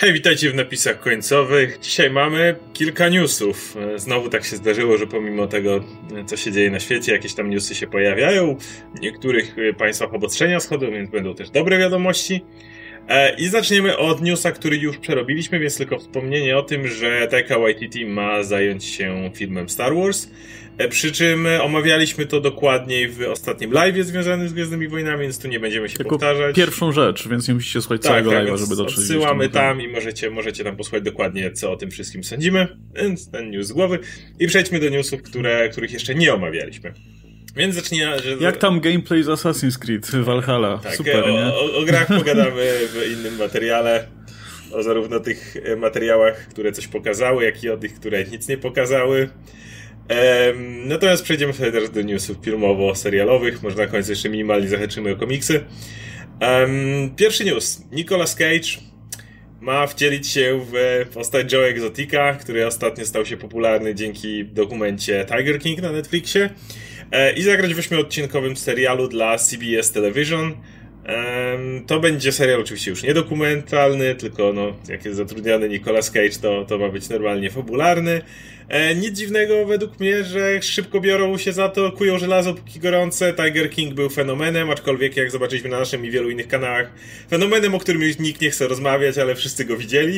Hej, witajcie w napisach końcowych. Dzisiaj mamy kilka newsów. Znowu tak się zdarzyło, że pomimo tego, co się dzieje na świecie, jakieś tam newsy się pojawiają. W niektórych państwach obostrzenia schodzą, więc będą też dobre wiadomości. I zaczniemy od newsa, który już przerobiliśmy, więc tylko wspomnienie o tym, że Taika Waititi ma zająć się filmem Star Wars. Przy czym omawialiśmy to dokładniej w ostatnim live'ie związanym z Gwiezdnymi Wojnami, więc tu nie będziemy się powtarzać. Pierwszą rzecz, więc nie musicie słuchać całego live'a, żeby dotrzeć. Odsyłamy tam i możecie tam posłuchać dokładnie, co o tym wszystkim sądzimy. Więc ten news z głowy. I przejdźmy do newsów, których jeszcze nie omawialiśmy. Więc zacznijmy... Jak tam gameplay z Assassin's Creed Valhalla? Tak, super, nie? O grach pogadamy w innym materiale. O zarówno tych materiałach, które coś pokazały, jak i o tych, które nic nie pokazały. Natomiast przejdziemy sobie teraz do newsów filmowo-serialowych. Może na końcu jeszcze minimalnie zahaczymy o komiksy. Pierwszy news. Nicolas Cage ma wcielić się w postać Joe Exotica, który ostatnio stał się popularny dzięki dokumencie Tiger King na Netflixie, i zagrać w 8-odcinkowym serialu dla CBS Television. To będzie serial oczywiście już niedokumentalny, tylko jak jest zatrudniony Nicolas Cage, to ma być normalnie fabularny. Nic dziwnego według mnie, że szybko biorą się za to, kują żelazo póki gorące. Tiger King był fenomenem, aczkolwiek jak zobaczyliśmy na naszym i wielu innych kanałach, fenomenem, o którym nikt nie chce rozmawiać, ale wszyscy go widzieli.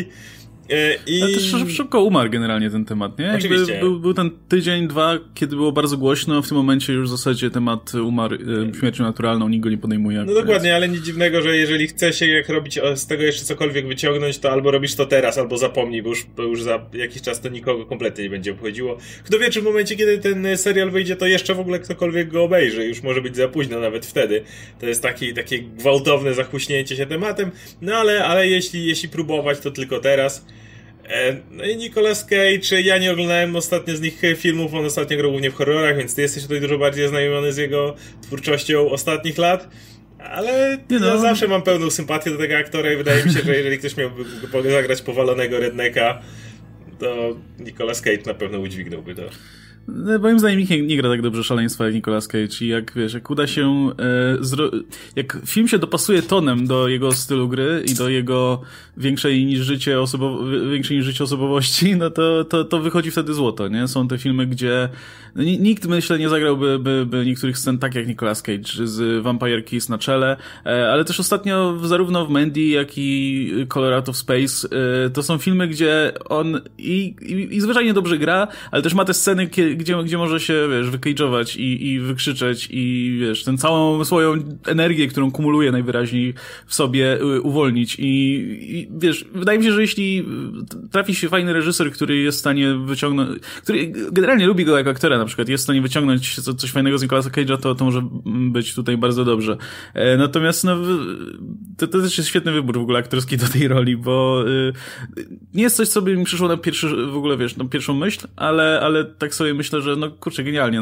Ale też szybko umarł generalnie ten temat, nie? Oczywiście. Był ten tydzień, dwa, kiedy było bardzo głośno, w tym momencie już w zasadzie temat umarł śmiercią naturalną, nikt go nie podejmuje. No dokładnie, ale nic dziwnego, że jeżeli chce się robić z tego jeszcze cokolwiek wyciągnąć, to albo robisz to teraz, albo zapomnij, bo już za jakiś czas to nikogo kompletnie nie będzie obchodziło. Kto wie, czy w momencie, kiedy ten serial wyjdzie, to jeszcze w ogóle ktokolwiek go obejrzy, już może być za późno nawet wtedy. To jest takie gwałtowne zachłyśnięcie się tematem, ale jeśli próbować, to tylko teraz. No i Nicolas Cage, ja nie oglądałem ostatnio z nich filmów, on ostatnio grał głównie w horrorach, więc ty jesteś tutaj dużo bardziej zaznajomiony z jego twórczością ostatnich lat, ale ja zawsze mam pełną sympatię do tego aktora i wydaje mi się, że jeżeli ktoś miałby zagrać powalonego rednecka, to Nicolas Cage na pewno udźwignąłby to. Moim zdaniem nikt nie gra tak dobrze szaleństwa jak Nicolas Cage i jak uda się jak film się dopasuje tonem do jego stylu gry i do jego większej niż życie osobowości, no to wychodzi wtedy złoto, nie? Są te filmy, gdzie nikt, myślę, nie zagrałby niektórych scen tak jak Nicolas Cage z Vampire Kiss na czele, ale też ostatnio zarówno w Mandy, jak i Color Out of Space to są filmy, gdzie on i zwyczajnie dobrze gra, ale też ma te sceny, gdzie może się, wycage'ować i wykrzyczeć i, ten całą swoją energię, którą kumuluje najwyraźniej w sobie, uwolnić i wydaje mi się, że jeśli trafi się fajny reżyser, który jest w stanie wyciągnąć, który generalnie lubi go jako aktora, na przykład jest w stanie wyciągnąć coś fajnego z Nicolasa Cage'a, to może być tutaj bardzo dobrze. Natomiast to też jest świetny wybór w ogóle aktorski do tej roli, bo nie jest coś, co by mi przyszło na pierwszą myśl, ale tak sobie myślę, że kurczę, genialnie.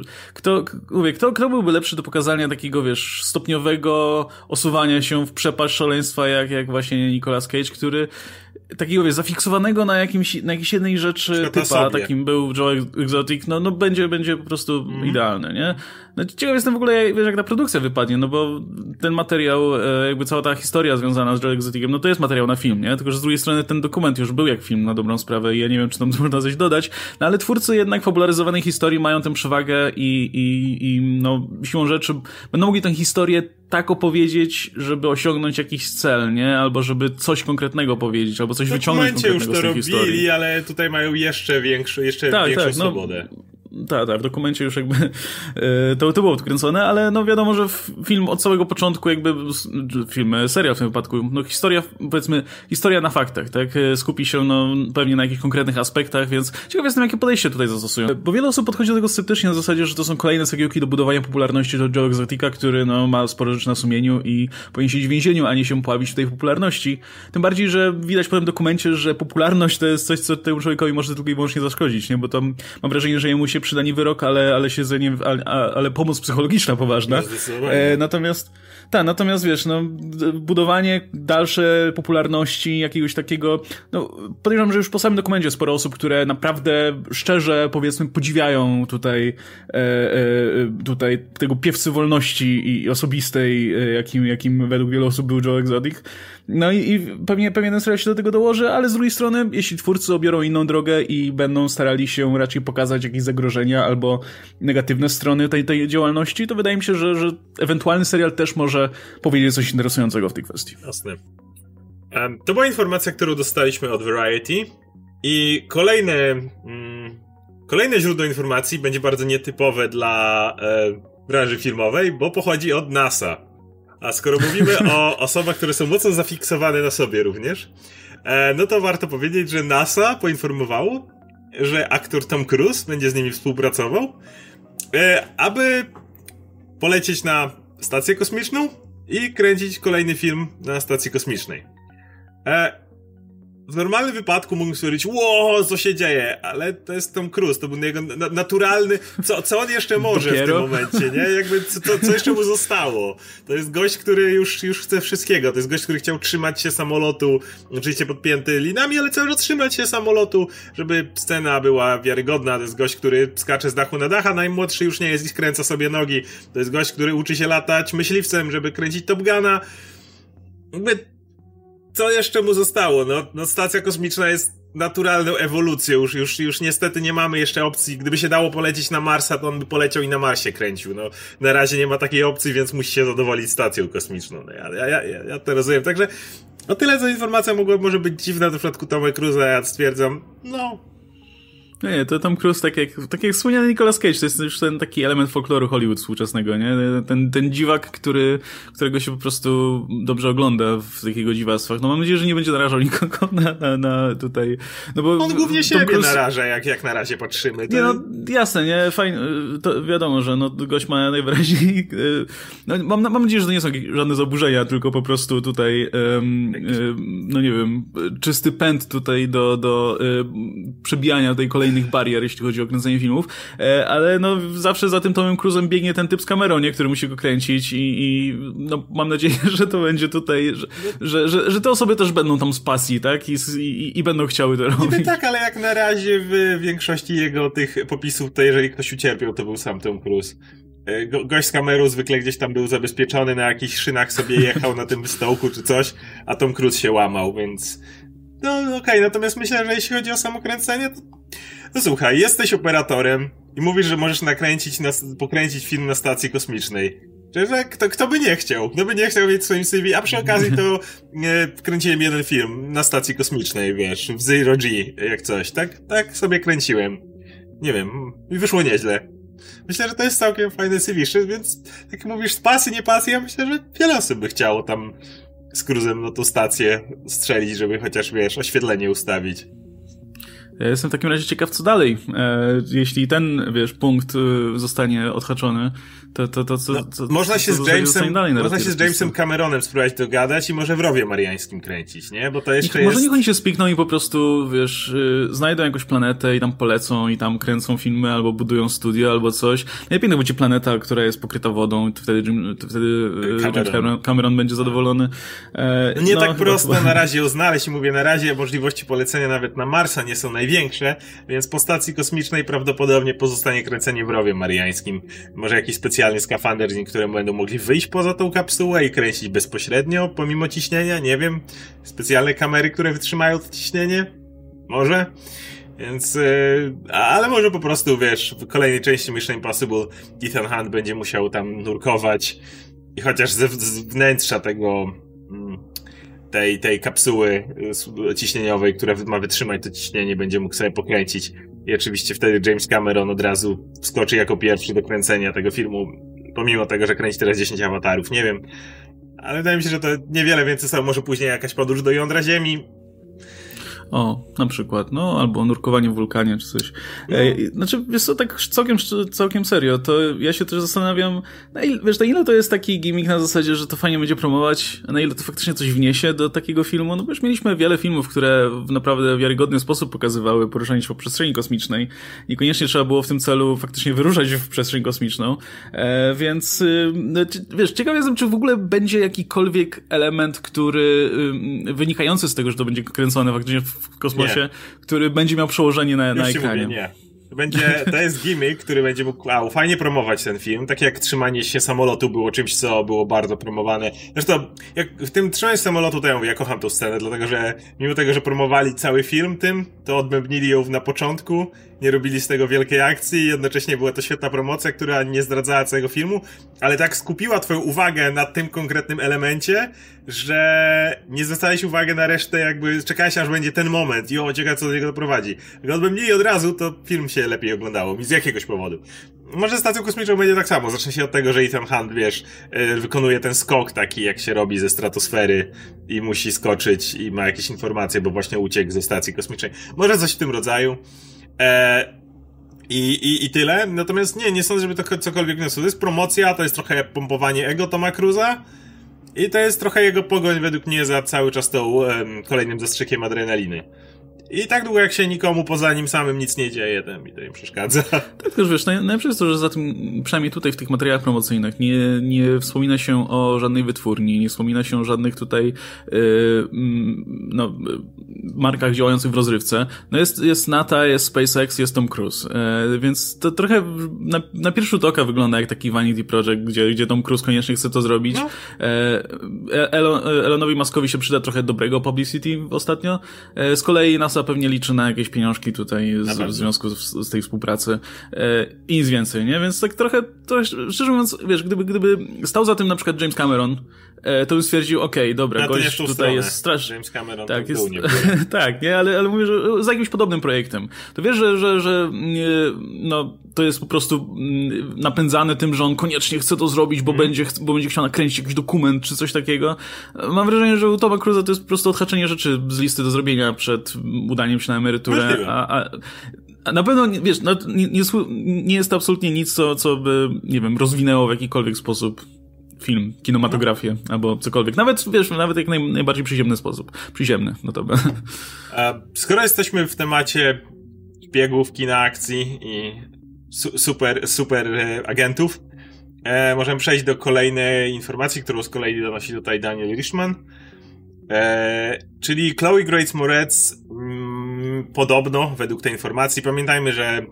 Kto byłby lepszy do pokazania takiego, stopniowego osuwania się w przepaść szaleństwa, jak właśnie Nicolas Cage, który takiego, zafiksowanego na jakiejś jednej rzeczy typa, takim był Joe Exotic, będzie po prostu idealny, nie? Ciekaw jestem w ogóle, jak ta produkcja wypadnie, bo ten materiał, jakby cała ta historia związana z Joe Exoticiem, to jest materiał na film, nie? Tylko że z drugiej strony ten dokument już był jak film na dobrą sprawę i ja nie wiem, czy tam można coś dodać, ale twórcy jednak popularyzowanej historii mają tę przewagę i siłą rzeczy będą mogli tę historię tak opowiedzieć, żeby osiągnąć jakiś cel, nie? Albo żeby coś konkretnego powiedzieć, albo coś wyciągnąć konkretnego z tej historii. Już to robili, ale tutaj mają jeszcze większą swobodę. Tak, w dokumencie już jakby to było odkręcone, ale wiadomo, że film od samego początku serial w tym wypadku, historia na faktach, tak? Skupi się pewnie na jakichś konkretnych aspektach, więc ciekaw jestem, jakie podejście tutaj zastosują. Bo wiele osób podchodzi do tego sceptycznie na zasadzie, że to są kolejne cegiełki do budowania popularności do Joe Exotica, który ma sporo rzeczy na sumieniu i powinien siedzieć w więzieniu, a nie się pojawić w tej popularności. Tym bardziej, że widać po tym dokumencie, że popularność to jest coś, co temu człowiekowi może tylko i wyłącznie zaszkodzić, nie? Bo tam mam wrażenie, że jemu się przydani wyrok, ale siedzenie, ale pomoc psychologiczna poważna. Natomiast wiesz, no, budowanie dalsze popularności jakiegoś takiego, no, podejrzewam, że już po samym dokumencie sporo osób, które naprawdę szczerze, powiedzmy, podziwiają tutaj tego piewcy wolności i osobistej, jakim według wielu osób był Joe Exotic. No i pewnie ten serial się do tego dołoży, ale z drugiej strony, jeśli twórcy obiorą inną drogę i będą starali się raczej pokazać jakieś zagrożenia albo negatywne strony tej działalności, to wydaje mi się, że ewentualny serial też może powiedzieć coś interesującego w tej kwestii. Jasne. To była informacja, którą dostaliśmy od Variety i kolejne źródło informacji będzie bardzo nietypowe dla branży filmowej, bo pochodzi od NASA. A skoro mówimy o osobach, które są mocno zafiksowane na sobie również, no to warto powiedzieć, że NASA poinformowało, że aktor Tom Cruise będzie z nimi współpracował, aby polecieć na stację kosmiczną i kręcić kolejny film na stacji kosmicznej. W normalnym wypadku mógłbym stwierdzić, wow, co się dzieje, ale to jest Tom Cruise, to był jego naturalny, co on jeszcze może w tym momencie, nie? Jakby, co jeszcze mu zostało? To jest gość, który już chce wszystkiego, to jest gość, który chciał trzymać się samolotu, oczywiście podpięty linami, ale cały czas trzymać się samolotu, żeby scena była wiarygodna, to jest gość, który skacze z dachu na dach, a najmłodszy już nie jest i skręca sobie nogi, to jest gość, który uczy się latać myśliwcem, żeby kręcić Top Guna, jakby co jeszcze mu zostało? No stacja kosmiczna jest naturalną ewolucją. Już niestety nie mamy jeszcze opcji. Gdyby się dało polecieć na Marsa, to on by poleciał i na Marsie kręcił. No, na razie nie ma takiej opcji, więc musi się zadowolić stacją kosmiczną. No, ja to rozumiem. Także o tyle, co informacja może być dziwna w przypadku Toma Cruise'a, ja stwierdzam, Nie, to Tom Cruise, tak jak wspomniany Nicolas Cage, to jest już ten taki element folkloru Hollywood współczesnego, nie? Ten dziwak, którego się po prostu dobrze ogląda w takich jego dziwactwach. No mam nadzieję, że nie będzie narażał nikogo na tutaj... No bo on głównie siebie naraża, jak na razie patrzymy. To... Nie, no jasne, nie? Fajnie, to wiadomo, że no gość ma najwyraźniej... No, mam nadzieję, że to nie są żadne zaburzenia, tylko po prostu tutaj no nie wiem, czysty pęd tutaj do przebijania tej kolejnej barier, jeśli chodzi o kręcenie filmów, ale no zawsze za tym Tomem Cruise'em biegnie ten typ z kamerą, nie? Który musi go kręcić i no mam nadzieję, że to będzie tutaj, że te osoby też będą tam z pasji, tak? I będą chciały to robić. Niby tak, ale jak na razie w większości jego tych popisów, to jeżeli ktoś ucierpiał, to był sam Tom Cruise. Gość z kamerą zwykle gdzieś tam był zabezpieczony, na jakichś szynach sobie jechał na tym stołku czy coś, a Tom Cruise się łamał, więc no okej, natomiast myślę, że jeśli chodzi o samokręcenie, to słuchaj, jesteś operatorem i mówisz, że możesz pokręcić film na stacji kosmicznej. Że kto by nie chciał? Kto by nie chciał mieć w swoim CV? A przy okazji to kręciłem jeden film na stacji kosmicznej, wiesz, w Zero G, jak coś. Tak sobie kręciłem. Nie wiem, i wyszło nieźle. Myślę, że to jest całkiem fajny CV, więc tak jak mówisz, z pasji, nie pasji, ja myślę, że wiele osób by chciało tam z Cruise'em na tą stację strzelić, żeby chociaż, wiesz, oświetlenie ustawić. Ja jestem w takim razie ciekaw, co dalej. Jeśli ten, wiesz, punkt zostanie odhaczony, to można się z Jamesem Cameronem spróbować dogadać i może w Rowie Mariańskim kręcić, nie? Bo to jeszcze może niech oni się spikną i po prostu, wiesz, znajdą jakąś planetę i tam polecą i tam kręcą filmy albo budują studio albo coś. Najlepiej to będzie planeta, która jest pokryta wodą i wtedy James Cameron będzie zadowolony. Nie tak prosto na razie ją znaleźć i mówię, na razie możliwości polecenia nawet na Marsa nie są największe, więc po stacji kosmicznej prawdopodobnie pozostanie kręcenie w Rowie Mariańskim. Może jakiś specjalny skafander, dzięki któremu będą mogli wyjść poza tą kapsułę i kręcić bezpośrednio, pomimo ciśnienia, nie wiem. Specjalne kamery, które wytrzymają to ciśnienie? Może? Więc, ale może po prostu, wiesz, w kolejnej części Mission Impossible Ethan Hunt będzie musiał tam nurkować i chociaż z wnętrza tej kapsuły ciśnieniowej, która ma wytrzymać to ciśnienie, będzie mógł sobie pokręcić. I oczywiście wtedy James Cameron od razu wskoczy jako pierwszy do kręcenia tego filmu, pomimo tego, że kręci teraz 10 awatarów. Nie wiem, ale wydaje mi się, że to niewiele więcej samo, może później jakaś podróż do jądra Ziemi. O, na przykład, no, albo nurkowanie w wulkanie, czy coś. No. Znaczy, wiesz co, tak całkiem serio, to ja się też zastanawiam, na ile to jest taki gimmick na zasadzie, że to fajnie będzie promować, a na ile to faktycznie coś wniesie do takiego filmu, no bo już mieliśmy wiele filmów, które w naprawdę wiarygodny sposób pokazywały poruszanie się po przestrzeni kosmicznej i koniecznie trzeba było w tym celu faktycznie wyruszać w przestrzeń kosmiczną, więc, wiesz, ciekaw jestem, czy w ogóle będzie jakikolwiek element, który wynikający z tego, że to będzie kręcone faktycznie w kosmosie, który będzie miał przełożenie na ekranie. Mówię, nie. To jest gimmick, który będzie mógł fajnie promować ten film, tak jak trzymanie się samolotu było czymś, co było bardzo promowane. Zresztą, jak w tym trzymaniu samolotu, to ja mówię, ja kocham tą scenę, dlatego że mimo tego, że promowali cały film tym, to odbębnili ją na początku, nie robili z tego wielkiej akcji i jednocześnie była to świetna promocja, która nie zdradzała całego filmu, ale tak skupiła twoją uwagę na tym konkretnym elemencie, że nie zwracałeś uwagi na resztę, jakby czekałeś, aż będzie ten moment i ciekawe, co do niego doprowadzi. Jak odbębnili od razu, to film się lepiej oglądało mi z jakiegoś powodu. Może stacją kosmiczną będzie tak samo. Zacznie się od tego, że Ethan Hunt, wiesz, wykonuje ten skok taki, jak się robi ze stratosfery i musi skoczyć i ma jakieś informacje, bo właśnie uciekł ze stacji kosmicznej. Może coś w tym rodzaju. I tyle. Natomiast nie sądzę, żeby to cokolwiek wniosło. To jest promocja, to jest trochę pompowanie ego Toma Cruise'a i to jest trochę jego pogoń według mnie za cały czas tą kolejnym zastrzykiem adrenaliny. I tak długo jak się nikomu poza nim samym nic nie dzieje, to mi to nie przeszkadza. Tak, już wiesz, najlepsze jest to, że za tym, przynajmniej tutaj w tych materiałach promocyjnych, nie wspomina się o żadnej wytwórni, nie wspomina się o żadnych tutaj markach działających w rozrywce. No jest NASA, jest SpaceX, jest Tom Cruise. Więc to trochę na pierwszy rzut oka wygląda jak taki vanity project, gdzie Tom Cruise koniecznie chce to zrobić. No. Elonowi Muskowi się przyda trochę dobrego publicity ostatnio. Z kolei NASA pewnie liczy na jakieś pieniążki tutaj w związku z tej współpracy i nic więcej, nie? Więc tak trochę, szczerze mówiąc, wiesz, gdyby stał za tym na przykład James Cameron, to bym stwierdził, okej, dobra, gość tutaj jest straszny. James Cameron tak, to jest, nie tak, nie, ale mówię, że za jakimś podobnym projektem. To wiesz, że no, to jest po prostu napędzane tym, że on koniecznie chce to zrobić, bo będzie chciał nakręcić jakiś dokument czy coś takiego. Mam wrażenie, że u Toma Cruise'a to jest po prostu odhaczenie rzeczy z listy do zrobienia przed udaniem się na emeryturę. A na pewno, wiesz, no, nie jest to absolutnie nic, co by, nie wiem, rozwinęło w jakikolwiek sposób film, kinematografię, albo cokolwiek. Nawet, wiesz, nawet jak najbardziej przyziemny sposób. Przyziemny, no to by. Skoro jesteśmy w temacie biegów, kina akcji i super agentów, możemy przejść do kolejnej informacji, którą z kolei donosi tutaj Daniel Richman. Czyli Chloe Grace Moretz podobno, według tej informacji, pamiętajmy, że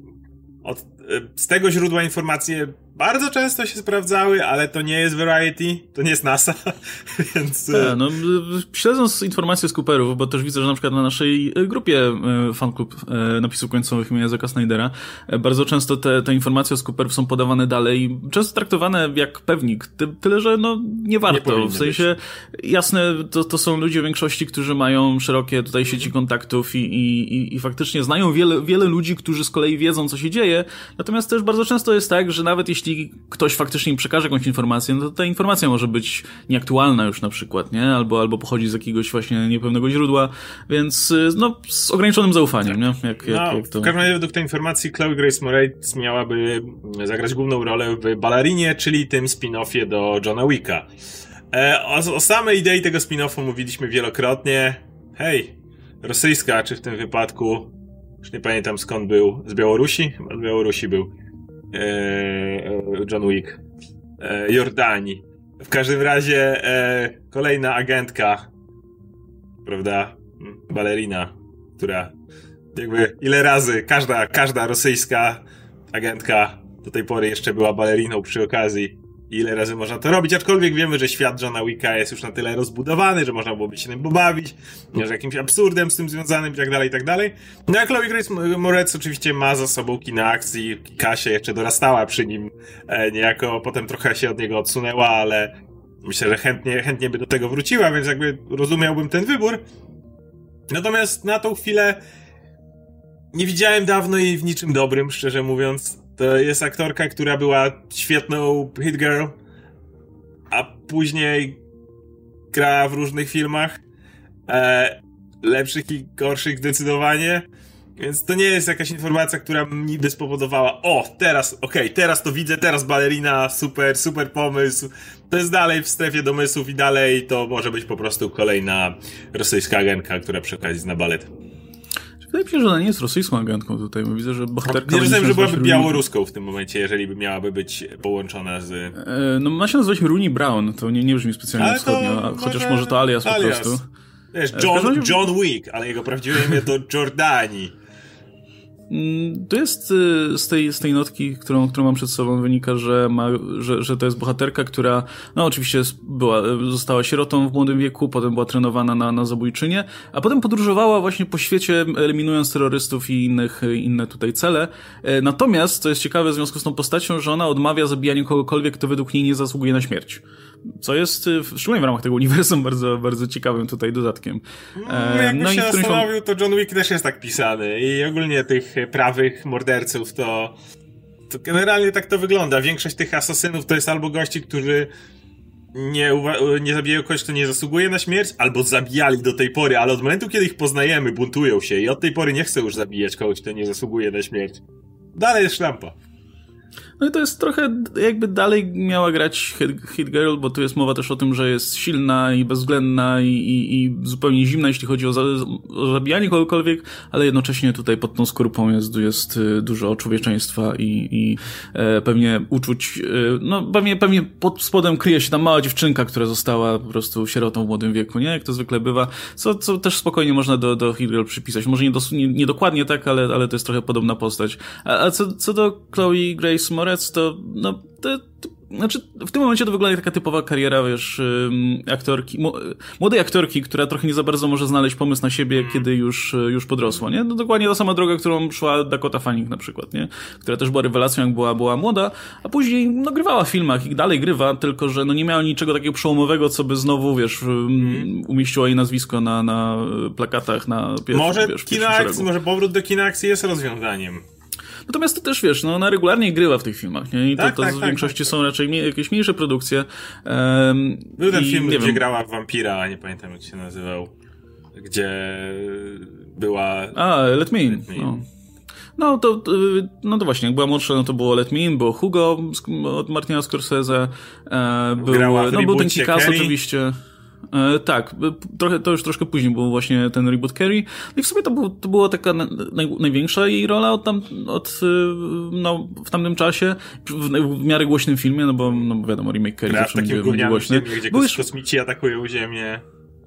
z tego źródła informacje bardzo często się sprawdzały, ale to nie jest Variety, to nie jest NASA, więc... No, śledząc informacje z Cooperów, bo też widzę, że na przykład na naszej grupie fanklub napisów końcowych imienia Zacka Snydera, bardzo często te informacje z Cooperów są podawane dalej, często traktowane jak pewnik, tyle, że no nie warto, nie w sensie jasne, to są ludzie w większości, którzy mają szerokie tutaj sieci kontaktów i faktycznie znają wiele ludzi, którzy z kolei wiedzą, co się dzieje, natomiast też bardzo często jest tak, że nawet jeśli ktoś faktycznie im przekaże jakąś informację, no to ta informacja może być nieaktualna już na przykład, nie? Albo pochodzi z jakiegoś właśnie niepewnego źródła, więc no z ograniczonym zaufaniem, nie? Jak to... W każdym razie według tej informacji Chloe Grace Moretz miałaby zagrać główną rolę w Ballerinie, czyli tym spin-offie do Johna Wicka. O samej idei tego spin-offu mówiliśmy wielokrotnie. Hej, rosyjska, czy w tym wypadku, już nie pamiętam skąd był, z Białorusi? Chyba z Białorusi był John Wick, Jordanii. W każdym razie kolejna agentka, prawda, balerina, która jakby ile razy każda rosyjska agentka do tej pory jeszcze była baleriną przy okazji. Ile razy można to robić, aczkolwiek wiemy, że świat Johna Wicka jest już na tyle rozbudowany, że można byłoby się tym pobawić, że jakimś absurdem z tym związanym i tak dalej. No a Chloe Grace Moretz oczywiście ma za sobą kina akcji, Kasia jeszcze dorastała przy nim niejako, potem trochę się od niego odsunęła, ale myślę, że chętnie by do tego wróciła, więc jakby rozumiałbym ten wybór. Natomiast na tą chwilę nie widziałem dawno jej w niczym dobrym, szczerze mówiąc. To jest aktorka, która była świetną hit girl, a później grała w różnych filmach. lepszych i gorszych zdecydowanie. Więc to nie jest jakaś informacja, która mi by spowodowała, teraz to widzę, teraz balerina, super pomysł. To jest dalej w strefie domysłów i dalej to może być po prostu kolejna rosyjska agentka, która przy okazji zna balet. Wydaje mi się, że ona nie jest rosyjską agentką tutaj, bo widzę, że bohaterka... Nie rozumiem, że byłaby białoruską w tym momencie, jeżeli by miałaby być połączona z... No ma się nazywać Rooney Brown, to nie brzmi specjalnie wschodnio, chociaż może to alias po prostu. Wiesz, John Wick, ale jego prawdziwe imię to Jordani. To jest z tej notki, którą mam przed sobą, wynika, że to jest bohaterka, która oczywiście została sierotą w młodym wieku, potem była trenowana na zabójczynię, a potem podróżowała właśnie po świecie, eliminując terrorystów i inne tutaj cele. Natomiast, co jest ciekawe w związku z tą postacią, że ona odmawia zabijania kogokolwiek, kto według niej nie zasługuje na śmierć. Co jest, szczególnie w ramach tego uniwersum, bardzo, bardzo ciekawym tutaj dodatkiem. Jakby się zastanowił, to John Wick też jest tak pisany i ogólnie tych prawych morderców to generalnie tak to wygląda. Większość tych asasynów to jest albo gości, którzy nie zabijają kogoś, kto nie zasługuje na śmierć, albo zabijali do tej pory, ale od momentu, kiedy ich poznajemy, buntują się i od tej pory nie chcą już zabijać kogoś, kto nie zasługuje na śmierć. Dalej jest szlampa. No i to jest trochę jakby dalej miała grać Hit Girl, bo tu jest mowa też o tym, że jest silna i bezwzględna i zupełnie zimna, jeśli chodzi o zabijanie kogokolwiek, ale jednocześnie tutaj pod tą skorupą jest dużo człowieczeństwa i pewnie uczuć, pewnie pod spodem kryje się ta mała dziewczynka, która została po prostu sierotą w młodym wieku, nie? Jak to zwykle bywa, co też spokojnie można do Hit Girl przypisać. Może nie dokładnie tak, ale to jest trochę podobna postać. A co do Chloe Grace Moretz, to znaczy w tym momencie to wygląda jak taka typowa kariera, wiesz, młodej aktorki, która trochę nie za bardzo może znaleźć pomysł na siebie, kiedy już podrosła, nie? No dokładnie ta sama droga, którą szła Dakota Fanning na przykład, nie? Która też była rewelacją, jak była młoda, a później grywała w filmach i dalej grywa, tylko że nie miała niczego takiego przełomowego, co by znowu, wiesz, umieściło jej nazwisko na plakatach, na może powrót do kina akcji jest rozwiązaniem. Natomiast to też, wiesz, ona regularnie grywa w tych filmach, nie? I to w większości są raczej jakieś mniejsze produkcje. Był ten film, gdzie grała w wampira, nie pamiętam jak się nazywał, gdzie była... Let Me In. No to właśnie, jak była młodsza, to było Let Me In, było Hugo od Martina Scorsese, był ten Kick-Ass oczywiście. Tak, to już troszkę później był właśnie ten reboot Carrie. I w sumie to była taka największa jej rola w tamtym czasie, w miarę głośnym filmie, bo wiadomo, remake Carrie zawsze będzie głośny. Filmie, gdzie kosmici atakują Ziemię.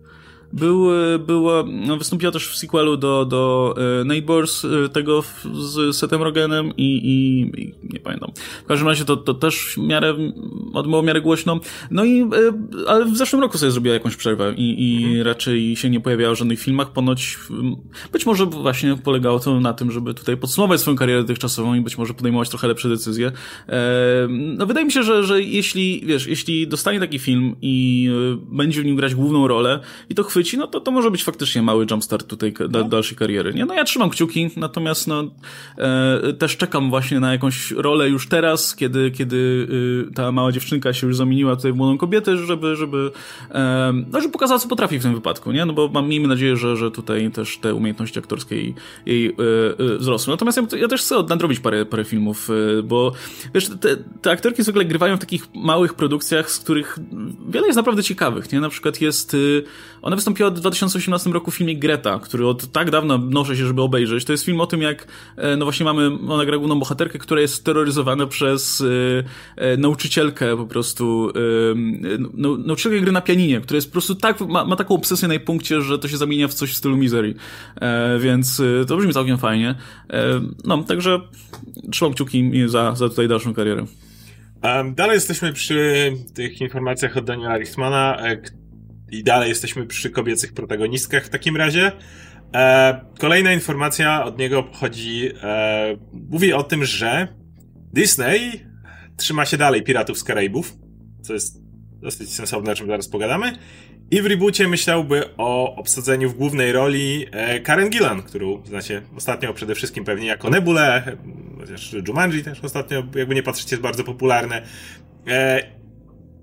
Wystąpiła też w sequelu do Neighbors, tego z Sethem Rogenem i nie pamiętam. W każdym razie to też było w miarę głośno. Ale w zeszłym roku sobie zrobiła jakąś przerwę i raczej się nie pojawiała w żadnych filmach. Ponoć, być może właśnie polegało to na tym, żeby tutaj podsumować swoją karierę dotychczasową i być może podejmować trochę lepsze decyzje. Wydaje mi się, że jeśli dostanie taki film i będzie w nim grać główną rolę i to chwyci, to może być faktycznie mały jumpstart tutaj dalszej kariery. Nie? Ja trzymam kciuki, natomiast też czekam właśnie na jakąś rolę już teraz, kiedy ta mała dziewczynka się już zamieniła tutaj w młodą kobietę, żeby pokazała, co potrafi w tym wypadku, nie? Bo miejmy nadzieję, że tutaj też te umiejętności aktorskie jej wzrosły. Natomiast ja też chcę nadrobić parę filmów, bo wiesz, te aktorki zwykle grywają w takich małych produkcjach, z których wiele jest naprawdę ciekawych, nie? Na przykład ona wystąpiła w 2018 roku w filmie Greta, który od tak dawna noszę się, żeby obejrzeć. To jest film o tym, jak właśnie ona gra główną bohaterkę, która jest terroryzowana przez nauczycielkę po prostu, nauczycielkę gry na pianinie, która jest po prostu ma taką obsesję na jej punkcie, że to się zamienia w coś w stylu Misery. Więc to brzmi całkiem fajnie. Także trzymam kciuki za tutaj dalszą karierę. Dalej jesteśmy przy tych informacjach od Daniela Richtmana i dalej jesteśmy przy kobiecych protagonistkach w takim razie. Kolejna informacja od niego pochodzi, mówi o tym, że Disney trzyma się dalej Piratów z Karaibów, co jest dosyć sensowne, o czym zaraz pogadamy. I w reboocie myślałby o obsadzeniu w głównej roli Karen Gillan, którą znacie ostatnio przede wszystkim pewnie jako Nebulę, chociaż Jumanji też ostatnio, jakby nie patrzeć, jest bardzo popularne.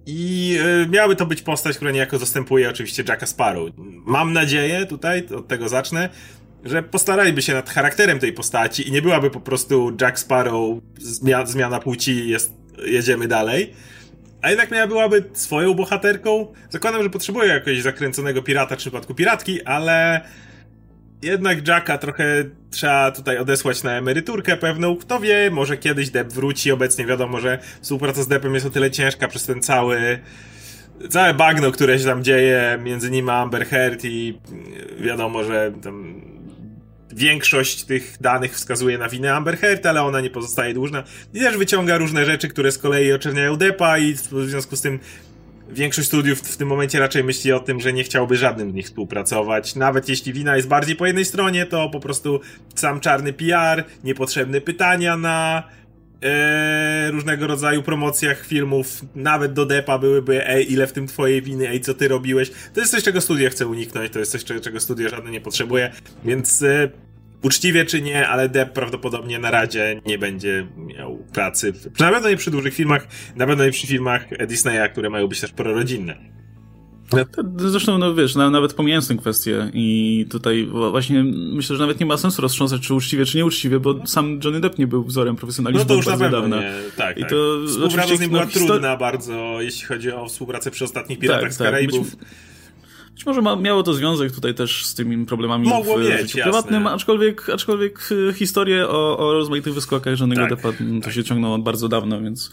I miałaby to być postać, która niejako zastępuje oczywiście Jacka Sparrow. Mam nadzieję, tutaj, od tego zacznę, że postaraliby się nad charakterem tej postaci i nie byłaby po prostu Jack Sparrow, zmiana płci, jedziemy dalej. A jednak byłaby swoją bohaterką. Zakładam, że potrzebuje jakiegoś zakręconego pirata w przypadku piratki, ale jednak Jacka trochę trzeba tutaj odesłać na emeryturkę pewną. Kto wie, może kiedyś Depp wróci. Obecnie wiadomo, że współpraca z Deppem jest o tyle ciężka przez ten całe bagno, które się tam dzieje między nim a Amber Heard i wiadomo, że tam większość tych danych wskazuje na winę Amber Heard, ale ona nie pozostaje dłużna. I też wyciąga różne rzeczy, które z kolei oczerniają Deppa i w związku z tym większość studiów w tym momencie raczej myśli o tym, że nie chciałby żadnym z nich współpracować. Nawet jeśli wina jest bardziej po jednej stronie, to po prostu sam czarny PR, niepotrzebne pytania na różnego rodzaju promocjach filmów, nawet do Deppa byłyby ile w tym twojej winy, co ty robiłeś. To jest coś, czego studio chce uniknąć, to jest coś, czego studio żadne nie potrzebuje, więc uczciwie czy nie, ale Depp prawdopodobnie na razie nie będzie miał pracy, na pewno nie przy dużych filmach, na pewno nie przy filmach Disneya, które mają być też prorodzinne. Zresztą, no wiesz, nawet pomijając tę kwestię i tutaj właśnie myślę, że nawet nie ma sensu roztrząsać, czy uczciwie, czy nieuczciwie, bo sam Johnny Depp nie był wzorem profesjonalizmu. No to już bardzo na pewno dawna. nie. Tak, I tak. to współpraca z nim była trudna bardzo, jeśli chodzi o współpracę przy ostatnich Piratach z Karaibów. Być może miało to związek tutaj też z tymi problemami mogło w mieć, życiu jasne. prywatnym, aczkolwiek historie o rozmaitych wyskokach Johnny'ego Deppa to się ciągną od bardzo dawno, więc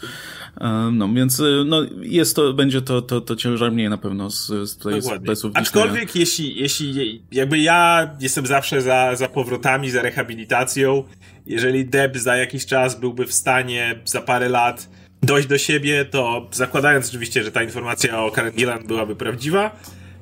będzie to ciężar mniej na pewno z pleców. Aczkolwiek jeśli jakby ja jestem zawsze za powrotami, za rehabilitacją, jeżeli Depp za jakiś czas byłby w stanie za parę lat dojść do siebie, to zakładając oczywiście, że ta informacja o Karen Gillan byłaby prawdziwa,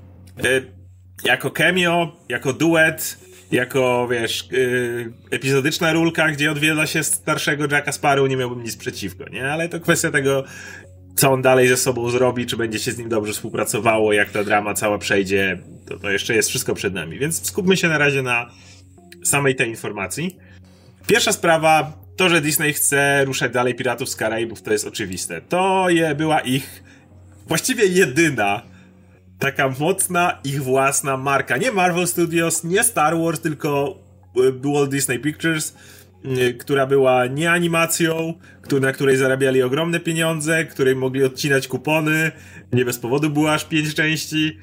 jako cameo, jako duet, jako, wiesz, epizodyczna rulka, gdzie odwiedza się starszego Jacka Sparrow, nie miałbym nic przeciwko, nie? Ale to kwestia tego, co on dalej ze sobą zrobi, czy będzie się z nim dobrze współpracowało, jak ta drama cała przejdzie, to jeszcze jest wszystko przed nami. Więc skupmy się na razie na samej tej informacji. Pierwsza sprawa, to, że Disney chce ruszać dalej Piratów z Karaibów, to jest oczywiste. To była ich właściwie jedyna taka mocna, ich własna marka. Nie Marvel Studios, nie Star Wars, tylko Walt Disney Pictures, która była nie animacją, na której zarabiali ogromne pieniądze, której mogli odcinać kupony, nie bez powodu było aż 5 części.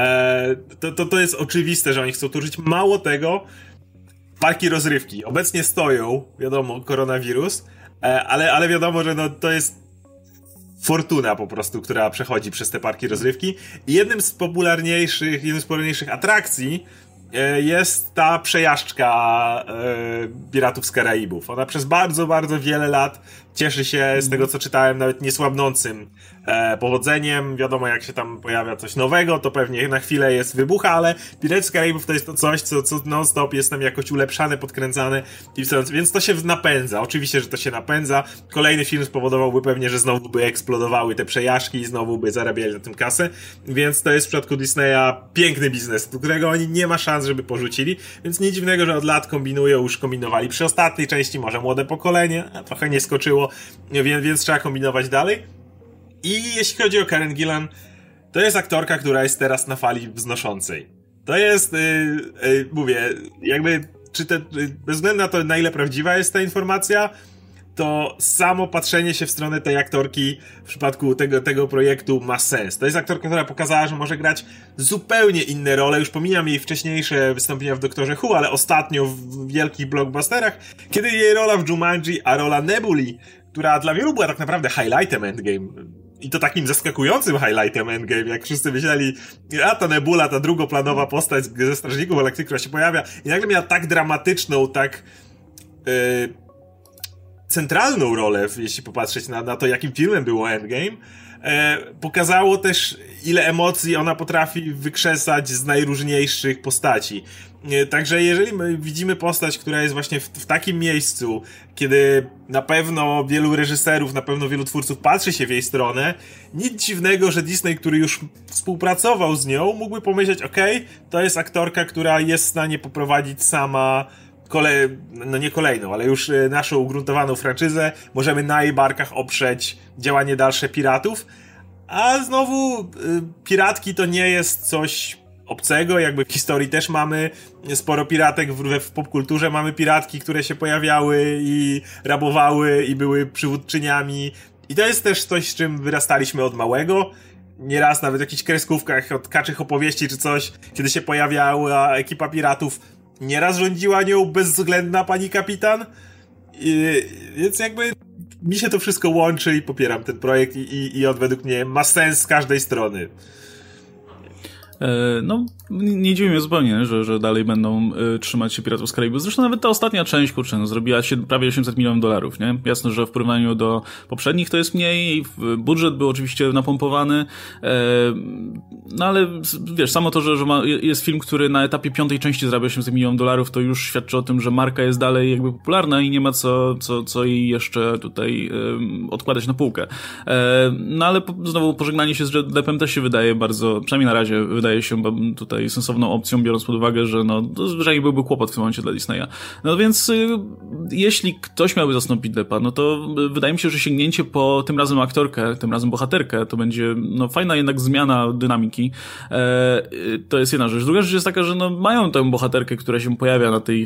To jest oczywiste, że oni chcą tu żyć. Mało tego, parki rozrywki obecnie stoją, wiadomo, koronawirus, ale wiadomo, że to jest fortuna po prostu, która przechodzi przez te parki rozrywki. I jednym z popularniejszych atrakcji jest ta przejażdżka Piratów z Karaibów. Ona przez bardzo, bardzo wiele lat cieszy się, z tego co czytałem, nawet niesłabnącym powodzeniem. Wiadomo, jak się tam pojawia coś nowego, to pewnie na chwilę jest wybucha, ale Piraci z Karaibów to jest to coś, co non-stop jest tam jakoś ulepszane, podkręcane, więc to się napędza. Oczywiście, że to się napędza. Kolejny film spowodowałby pewnie, że znowu by eksplodowały te przejażdżki i znowu by zarabiali na tym kasę, więc to jest w przypadku Disneya piękny biznes, do którego oni nie ma szans, żeby porzucili, więc nic dziwnego, że od lat kombinują, już kombinowali przy ostatniej części, może młode pokolenie, trochę nie skoczyło, więc trzeba kombinować dalej. I jeśli chodzi o Karen Gillan, to jest aktorka, która jest teraz na fali wznoszącej. To jest, mówię, jakby, bez względu na to, na ile prawdziwa jest ta informacja, to samo patrzenie się w stronę tej aktorki w przypadku tego projektu ma sens. To jest aktorka, która pokazała, że może grać zupełnie inne role. Już pomijam jej wcześniejsze wystąpienia w Doktorze Who, ale ostatnio w wielkich blockbusterach, kiedy jej rola w Jumanji, a rola Nebuli, która dla wielu była tak naprawdę highlightem Endgame, i to takim zaskakującym highlightem Endgame, jak wszyscy myśleli, a ta Nebula, ta drugoplanowa postać ze Strażników Galaktyki, która się pojawia, i nagle miała tak dramatyczną, tak centralną rolę, jeśli popatrzeć na to, jakim filmem było Endgame. Pokazało też, ile emocji ona potrafi wykrzesać z najróżniejszych postaci. Także jeżeli my widzimy postać, która jest właśnie w takim miejscu, kiedy na pewno wielu reżyserów, na pewno wielu twórców patrzy się w jej stronę, nic dziwnego, że Disney, który już współpracował z nią, mógłby pomyśleć, okej, to jest aktorka, która jest w stanie poprowadzić sama no nie kolejną, ale już naszą ugruntowaną franczyzę, możemy na jej barkach oprzeć działanie dalsze Piratów, A znowu piratki to nie jest coś obcego, jakby w historii też mamy sporo piratek, w popkulturze mamy piratki, które się pojawiały i rabowały i były przywódczyniami i to jest też coś, z czym wyrastaliśmy od małego. Nieraz nawet w jakichś kreskówkach od kaczych opowieści czy coś, kiedy się pojawiała ekipa piratów, nieraz rządziła nią bezwzględna pani kapitan. Więc jakby mi się to wszystko łączy i popieram ten projekt i on według mnie ma sens z każdej strony. No, nie dziwi mnie zupełnie, że dalej będą trzymać się Piratów z Karaibu. Zresztą nawet ta ostatnia część, kurczę, no, zrobiła się prawie $800 milionów, nie? Jasne, że w porównaniu do poprzednich to jest mniej, budżet był oczywiście napompowany, no ale wiesz, samo to, że jest film, który na etapie 5. części zarabia $800 milionów, to już świadczy o tym, że marka jest dalej jakby popularna i nie ma co jej jeszcze tutaj odkładać na półkę. No ale znowu pożegnanie się z Johnny Deppem też się wydaje bardzo, przynajmniej na razie, wydaje się tutaj sensowną opcją, biorąc pod uwagę, że no, zwyczajnie byłby kłopot w tym momencie dla Disneya. No więc jeśli ktoś miałby zastąpić Deppa, no to wydaje mi się, że sięgnięcie po tym razem aktorkę, tym razem bohaterkę, to będzie no fajna jednak zmiana dynamiki. To jest jedna rzecz. Druga rzecz jest taka, że no mają tę bohaterkę, która się pojawia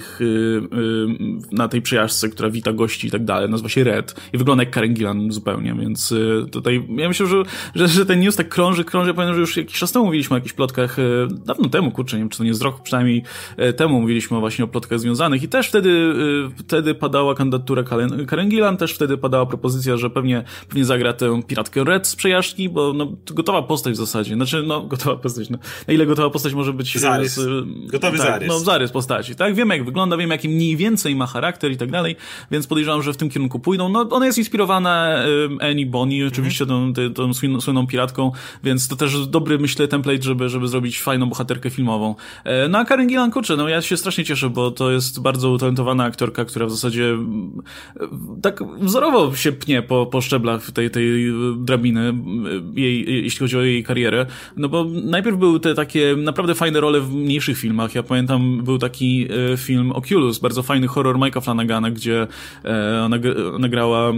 na tej przejażdżce, która wita gości i tak dalej. Nazywa się Red i wygląda jak Karen Gillan zupełnie, więc tutaj ja myślę, że ten news tak krąży. Ja pamiętam, że już jakiś czas temu mówiliśmy o jakichś plotkach, dawno temu, kurczę, nie wiem, czy to nie z rok przynajmniej temu mówiliśmy właśnie o plotkach związanych i też wtedy padała kandydatura Karen Gillan, też wtedy padała propozycja, że pewnie zagra tę piratkę Red z przejażdżki, bo no, gotowa postać w zasadzie, znaczy no, gotowa postać, no, na ile gotowa postać może być... Zarys. Gotowy tak, zarys. No, zarys postaci, tak? Wiemy jak wygląda, wiemy jaki mniej więcej ma charakter i tak dalej, więc podejrzewam, że w tym kierunku pójdą. No, ona jest inspirowana Annie Bonny, oczywiście tą słynną piratką, więc to też dobry, myślę, template, żeby zrobić fajną bohaterkę filmową. No a Karen Gillan, kurczę, no ja się strasznie cieszę, bo to jest bardzo utalentowana aktorka, która w zasadzie tak wzorowo się pnie po szczeblach tej drabiny, jeśli chodzi o jej karierę. No bo najpierw były te takie naprawdę fajne role w mniejszych filmach. Ja pamiętam, był taki film Oculus, bardzo fajny horror Mike'a Flanagana, gdzie ona grała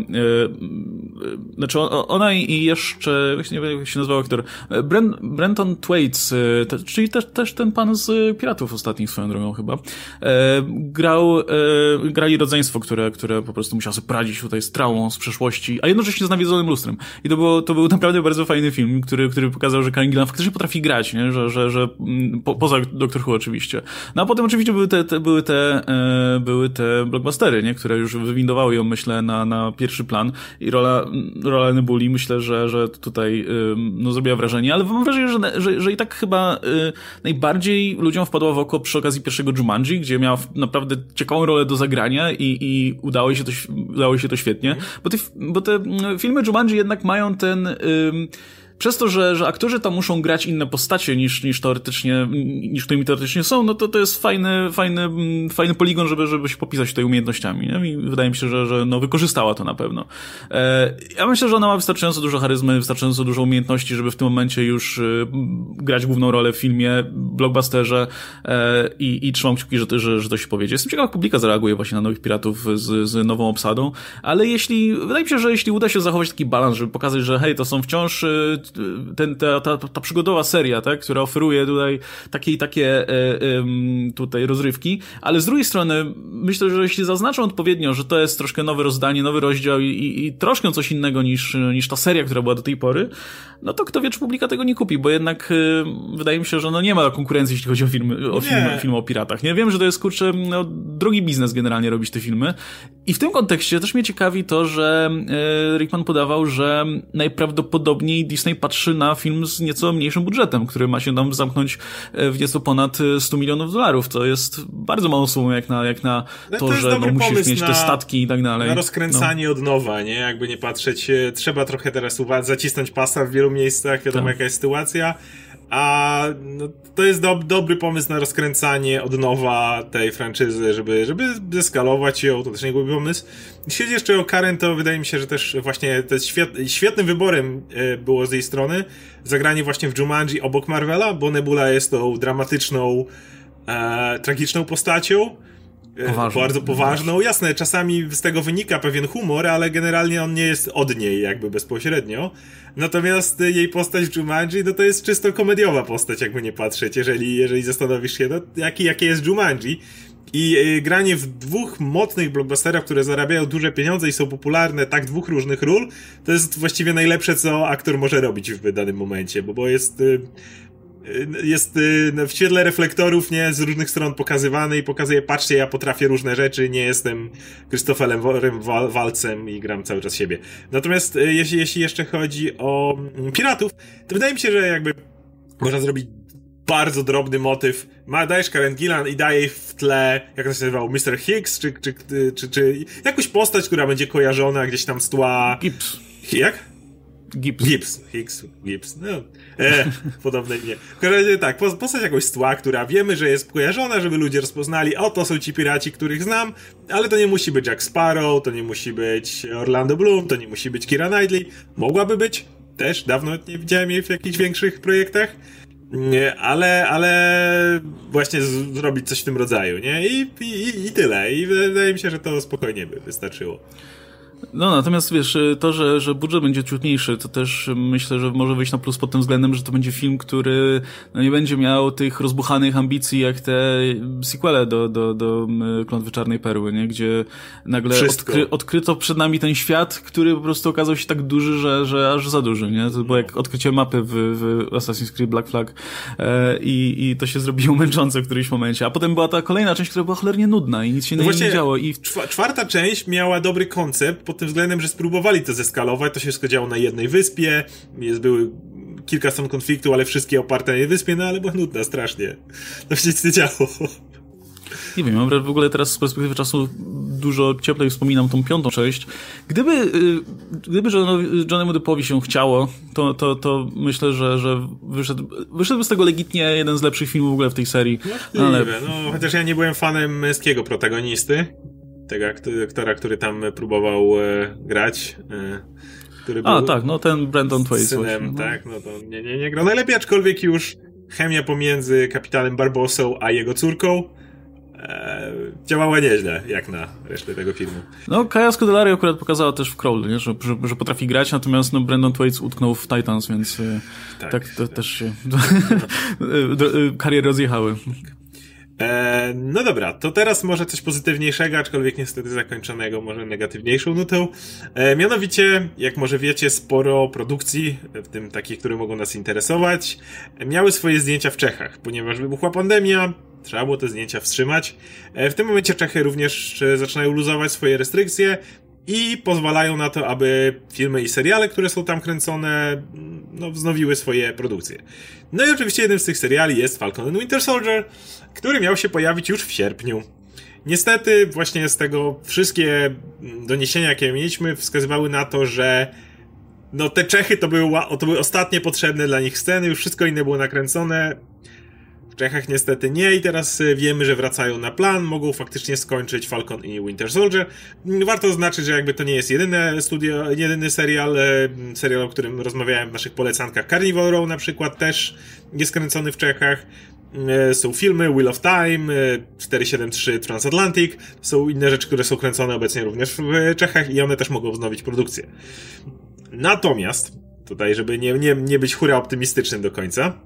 znaczy ona i jeszcze nie wiem jak się nazywał aktor Brenton Thwaites, czyli też ten pan z Piratów ostatnich swoją drogą chyba, grali rodzeństwo, które po prostu musiało sobie poradzić tutaj z traumą z przeszłości, a jednocześnie z nawiedzonym lustrem. I to był naprawdę bardzo fajny film, który pokazał, że Karen Gillan faktycznie potrafi grać, nie? Że poza Doctor Who oczywiście. No a potem oczywiście były te blockbustery, nie? Które już wywindowały ją, myślę, na pierwszy plan i rola Nebuli, myślę, że tutaj no, zrobiła wrażenie, ale mam wrażenie, że i tak chyba najbardziej ludziom wpadła w oko przy okazji pierwszego Jumanji, gdzie miała naprawdę ciekawą rolę do zagrania i udało się to świetnie, bo te filmy Jumanji jednak mają ten... Przez to, że aktorzy tam muszą grać inne postacie niż którymi teoretycznie są, no to jest fajny poligon, żeby się popisać tutaj umiejętnościami, nie? I wydaje mi się, że no wykorzystała to na pewno. Ja myślę, że ona ma wystarczająco dużo charyzmy, wystarczająco dużo umiejętności, żeby w tym momencie już grać główną rolę w filmie, blockbusterze i trzymam kciuki, że to się powiedzie. Jestem ciekaw, jak publika zareaguje właśnie na Nowych Piratów z nową obsadą, ale wydaje mi się, że jeśli uda się zachować taki balans, żeby pokazać, że hej, to są wciąż ta przygodowa seria, tak, która oferuje tutaj takie tutaj rozrywki, ale z drugiej strony myślę, że jeśli zaznaczą odpowiednio, że to jest troszkę nowe rozdanie, nowy rozdział i troszkę coś innego niż ta seria, która była do tej pory, no to kto wie, czy publika tego nie kupi, bo jednak wydaje mi się, że no nie ma konkurencji, jeśli chodzi o filmy o piratach. Nie wiem, że to jest, kurczę, no, drogi biznes generalnie robić te filmy i w tym kontekście też mnie ciekawi to, że Rickman podawał, że najprawdopodobniej Disney patrzy na film z nieco mniejszym budżetem, który ma się tam zamknąć w nieco ponad $100 milionów. To jest bardzo małą sumą jak na to że no, musisz mieć te statki i tak dalej. Na rozkręcanie od nowa, nie? Jakby nie patrzeć, trzeba trochę teraz zacisnąć pasa w wielu miejscach, wiadomo jaka jest sytuacja, a no, to jest dobry pomysł na rozkręcanie od nowa tej franczyzy, żeby zeskalować ją, to też nie głupi pomysł. Jeśli chodzi jeszcze o Karen, to wydaje mi się, że też właśnie to jest świetnym wyborem było z jej strony zagranie właśnie w Jumanji obok Marvela, bo Nebula jest tą dramatyczną, tragiczną postacią. bardzo poważną. Jasne, czasami z tego wynika pewien humor, ale generalnie on nie jest od niej jakby bezpośrednio. Natomiast jej postać w Jumanji, no to jest czysto komediowa postać, jakby nie patrzeć, jeżeli zastanowisz się, no, jakie jest Jumanji. I granie w dwóch mocnych blockbusterach, które zarabiają duże pieniądze i są popularne, tak dwóch różnych ról, to jest właściwie najlepsze, co aktor może robić w danym momencie, bo jest w świetle reflektorów, nie, z różnych stron pokazywany i pokazuje, patrzcie, ja potrafię różne rzeczy, nie jestem Christopherem Waltzem i gram cały czas siebie. Natomiast jeśli jeszcze chodzi o piratów, to wydaje mi się, że jakby można zrobić bardzo drobny motyw. Dajesz Karen Gillan i daje jej w tle, jak to się nazywał, Mr. Hicks, czy jakąś postać, która będzie kojarzona gdzieś tam z tła... Gibbs. Jak? Gibbs. Gibbs, no. Podobne imię. W każdym razie tak, postać jakąś z tła, która wiemy, że jest kojarzona, żeby ludzie rozpoznali, o, to są ci piraci, których znam, ale to nie musi być Jack Sparrow, to nie musi być Orlando Bloom, to nie musi być Keira Knightley. Mogłaby być, też dawno nie widziałem jej w jakichś większych projektach. Ale właśnie zrobić coś w tym rodzaju, nie? I tyle. I wydaje mi się, że to spokojnie by wystarczyło. No, natomiast wiesz, to, że budżet będzie ciutniejszy, to też myślę, że może wyjść na plus pod tym względem, że to będzie film, który no, nie będzie miał tych rozbuchanych ambicji jak te sequele do Klątwy Czarnej Perły, nie? Gdzie nagle odkryto przed nami ten świat, który po prostu okazał się tak duży, że aż za duży, nie? To było jak odkrycie mapy w Assassin's Creed Black Flag i to się zrobiło męczące w którymś momencie. A potem była ta kolejna część, która była cholernie nudna i nic się nie działo. Czwarta część miała dobry koncept, pod tym względem, że spróbowali to zeskalować, to się wszystko działo na jednej wyspie, były kilka stron konfliktu, ale wszystkie oparte na jednej wyspie, no ale była nudna strasznie. To się nic nie działo. Nie wiem, mam w ogóle teraz z perspektywy czasu dużo cieplej wspominam tą piątą część. Gdyby Johnnymu Deppowi się chciało, to myślę, że wyszedłby z tego legitnie jeden z lepszych filmów w ogóle w tej serii. No, chociaż ja nie byłem fanem męskiego protagonisty. Tego aktora, który tam próbował grać. Który był tak, no ten Brandon Twait. Synem, tak, no to nie grał najlepiej, aczkolwiek już chemia pomiędzy kapitanem Barbosą a jego córką działała nieźle, jak na resztę tego filmu. No, Kaja Scodelario akurat pokazała też w Crawl, nie? Że potrafi grać, natomiast no, Brandon Twait utknął w Titans, więc tak to też się kariery rozjechały. No dobra, to teraz może coś pozytywniejszego, aczkolwiek niestety zakończonego może negatywniejszą nutą. Mianowicie, jak może wiecie, sporo produkcji, w tym takich, które mogą nas interesować, miały swoje zdjęcia w Czechach, ponieważ wybuchła pandemia, trzeba było te zdjęcia wstrzymać. W tym momencie Czechy również zaczynają luzować swoje restrykcje i pozwalają na to, aby filmy i seriale, które są tam kręcone, no, wznowiły swoje produkcje. No i oczywiście jednym z tych seriali jest Falcon and Winter Soldier, który miał się pojawić już w sierpniu. Niestety właśnie z tego wszystkie doniesienia, jakie mieliśmy, wskazywały na to, że no te Czechy to były ostatnie potrzebne dla nich sceny, już wszystko inne było nakręcone. W Czechach niestety nie i teraz wiemy, że wracają na plan, mogą faktycznie skończyć Falcon i Winter Soldier. Warto zaznaczyć, że jakby to nie jest jedyny serial, o którym rozmawiałem w naszych polecankach. Carnival Row na przykład też jest kręcony w Czechach. Są filmy Wheel of Time, 473 Transatlantic, są inne rzeczy, które są kręcone obecnie również w Czechach i one też mogą wznowić produkcję. Natomiast, tutaj żeby nie być hura optymistycznym do końca,